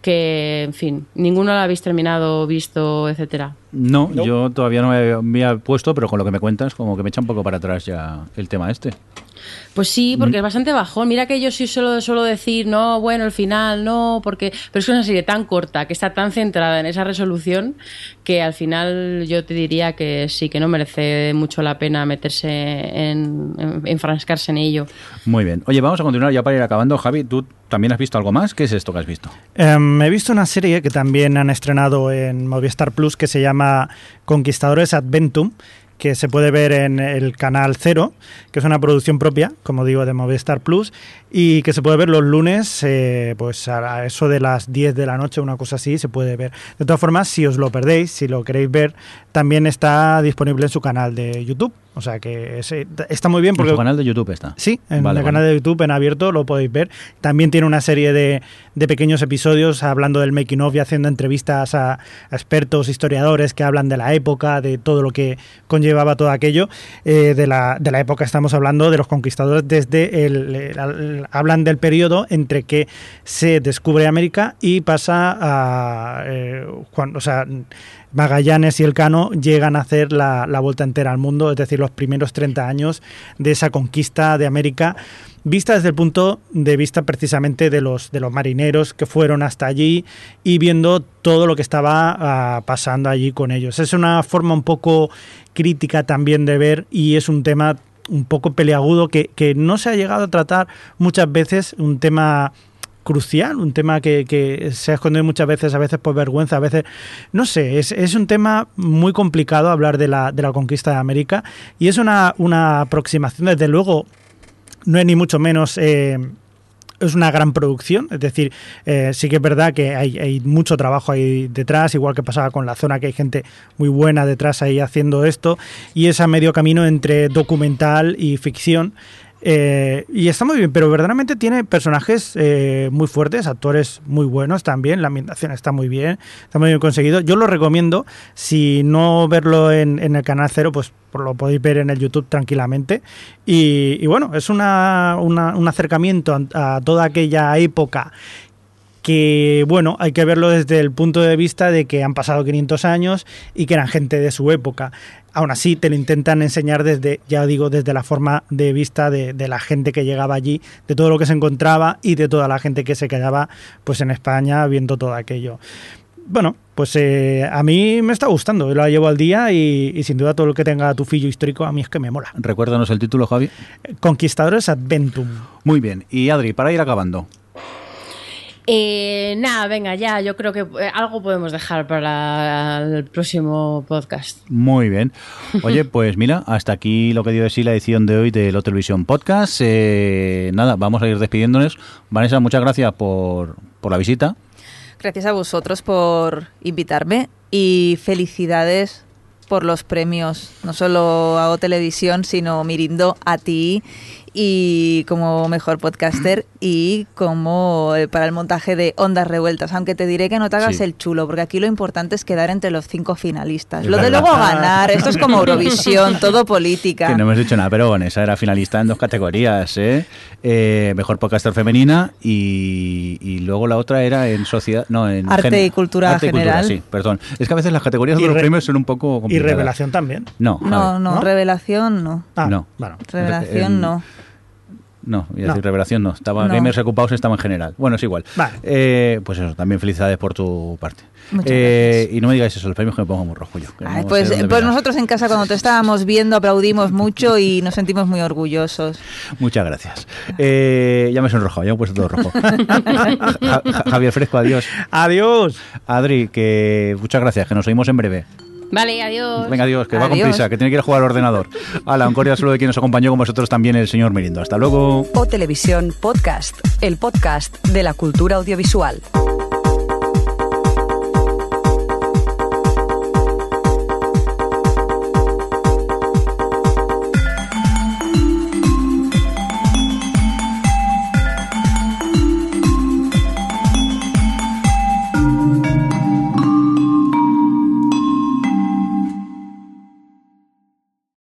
que, en fin, ninguno lo habéis terminado, visto, etcétera. No, yo todavía no me había puesto, pero con lo que me cuentas, como que me echa un poco para atrás ya el tema este. Pues sí, porque es bastante bajón. Mira que yo sí suelo decir, no, bueno, el final, no, porque... Pero es que es una serie tan corta, que está tan centrada en esa resolución, que al final yo te diría que sí, que no merece mucho la pena meterse enfrascarse en ello. Muy bien. Oye, vamos a continuar ya para ir acabando. Javi, ¿tú también has visto algo más? ¿Qué es esto que has visto? He visto una serie que también han estrenado en Movistar Plus que se llama Conquistadores Adventum, que se puede ver en el canal 0, que es una producción propia, como digo, de Movistar Plus, y que se puede ver los lunes, pues a eso de las 10 de la noche, una cosa así, se puede ver. De todas formas, si os lo perdéis, si lo queréis ver, también está disponible en su canal de YouTube. O sea que está muy bien porque... ¿En su canal de YouTube está? Sí, en el canal de YouTube en abierto lo podéis ver. También tiene una serie de pequeños episodios hablando del making of y haciendo entrevistas a expertos, historiadores que hablan de la época, de todo lo que conllevaba todo aquello. De la época estamos hablando de los conquistadores desde hablan del periodo entre que se descubre América y pasa a... Magallanes y Elcano llegan a hacer la vuelta entera al mundo, es decir, los primeros 30 años de esa conquista de América, vista desde el punto de vista precisamente de los marineros que fueron hasta allí y viendo todo lo que estaba pasando allí con ellos. Es una forma un poco crítica también de ver y es un tema un poco peliagudo que no se ha llegado a tratar muchas veces, un tema crucial, un tema que se ha escondido muchas veces, a veces por vergüenza, a veces, no sé, es un tema muy complicado hablar de la conquista de América y es una aproximación, desde luego, no es ni mucho menos... es una gran producción, es decir, sí que es verdad que hay mucho trabajo ahí detrás, igual que pasaba con La Zona, que hay gente muy buena detrás ahí haciendo esto, y es a medio camino entre documental y ficción. Y está muy bien, pero verdaderamente tiene personajes muy fuertes, actores muy buenos también, la ambientación está muy bien conseguido. Yo lo recomiendo, si no verlo en el canal 0, pues lo podéis ver en el YouTube tranquilamente. Y bueno, es un acercamiento a toda aquella época que, bueno, hay que verlo desde el punto de vista de que han pasado 500 años y que eran gente de su época. Aún así, te lo intentan enseñar desde, ya digo, desde la forma de vista de la gente que llegaba allí, de todo lo que se encontraba y de toda la gente que se quedaba pues en España viendo todo aquello. Bueno, pues a mí me está gustando, lo llevo al día y sin duda todo lo que tenga tufillo histórico a mí es que me mola. Recuérdanos el título, Javi. Conquistadores Adventum. Muy bien. Y Adri, para ir acabando. Nada, venga, ya, yo creo que algo podemos dejar para el próximo podcast. Muy bien. Oye, pues mira, hasta aquí lo que dio de sí la edición de hoy de La Televisión Podcast. Nada, vamos a ir despidiéndonos. Vanessa, muchas gracias por la visita. Gracias a vosotros por invitarme y felicidades por los premios, no solo a O Televisión, sino Mirindo, a ti y como mejor podcaster y como para el montaje de Ondas Revueltas, aunque te diré que no te hagas el chulo, porque aquí lo importante es quedar entre los 5 finalistas. Lo de luego ganar, esto es como Eurovisión, todo política. Que no hemos dicho nada, pero Vanessa era finalista en 2 categorías, mejor podcaster femenina y luego la otra era en sociedad, no, en arte y cultura general. Sí, perdón. Es que a veces las categorías de los premios son un poco complicadas. ¿Y revelación también? No, revelación no. No. Bueno, revelación no. No, voy a decir revelación no. Gamers Ocupados estaba en general. Bueno, es igual. Vale. Pues eso, también felicidades por tu parte. Muchas gracias. Y no me digáis eso, los premios que me pongo muy rojo yo. Ay, pues nosotros en casa cuando te estábamos viendo aplaudimos mucho y nos sentimos muy orgullosos. Muchas gracias. Ya me he sonrojado, ya me he puesto todo rojo. Javier Fresco, adiós. Adiós. Adri, que muchas gracias, que nos oímos en breve. Vale, adiós. Venga, adiós, que va con prisa, que tiene que ir a jugar al ordenador. Hala, un cordial saludo de quien nos acompañó con vosotros también, el señor Mirindo. Hasta luego. O Televisión Podcast, el podcast de la cultura audiovisual.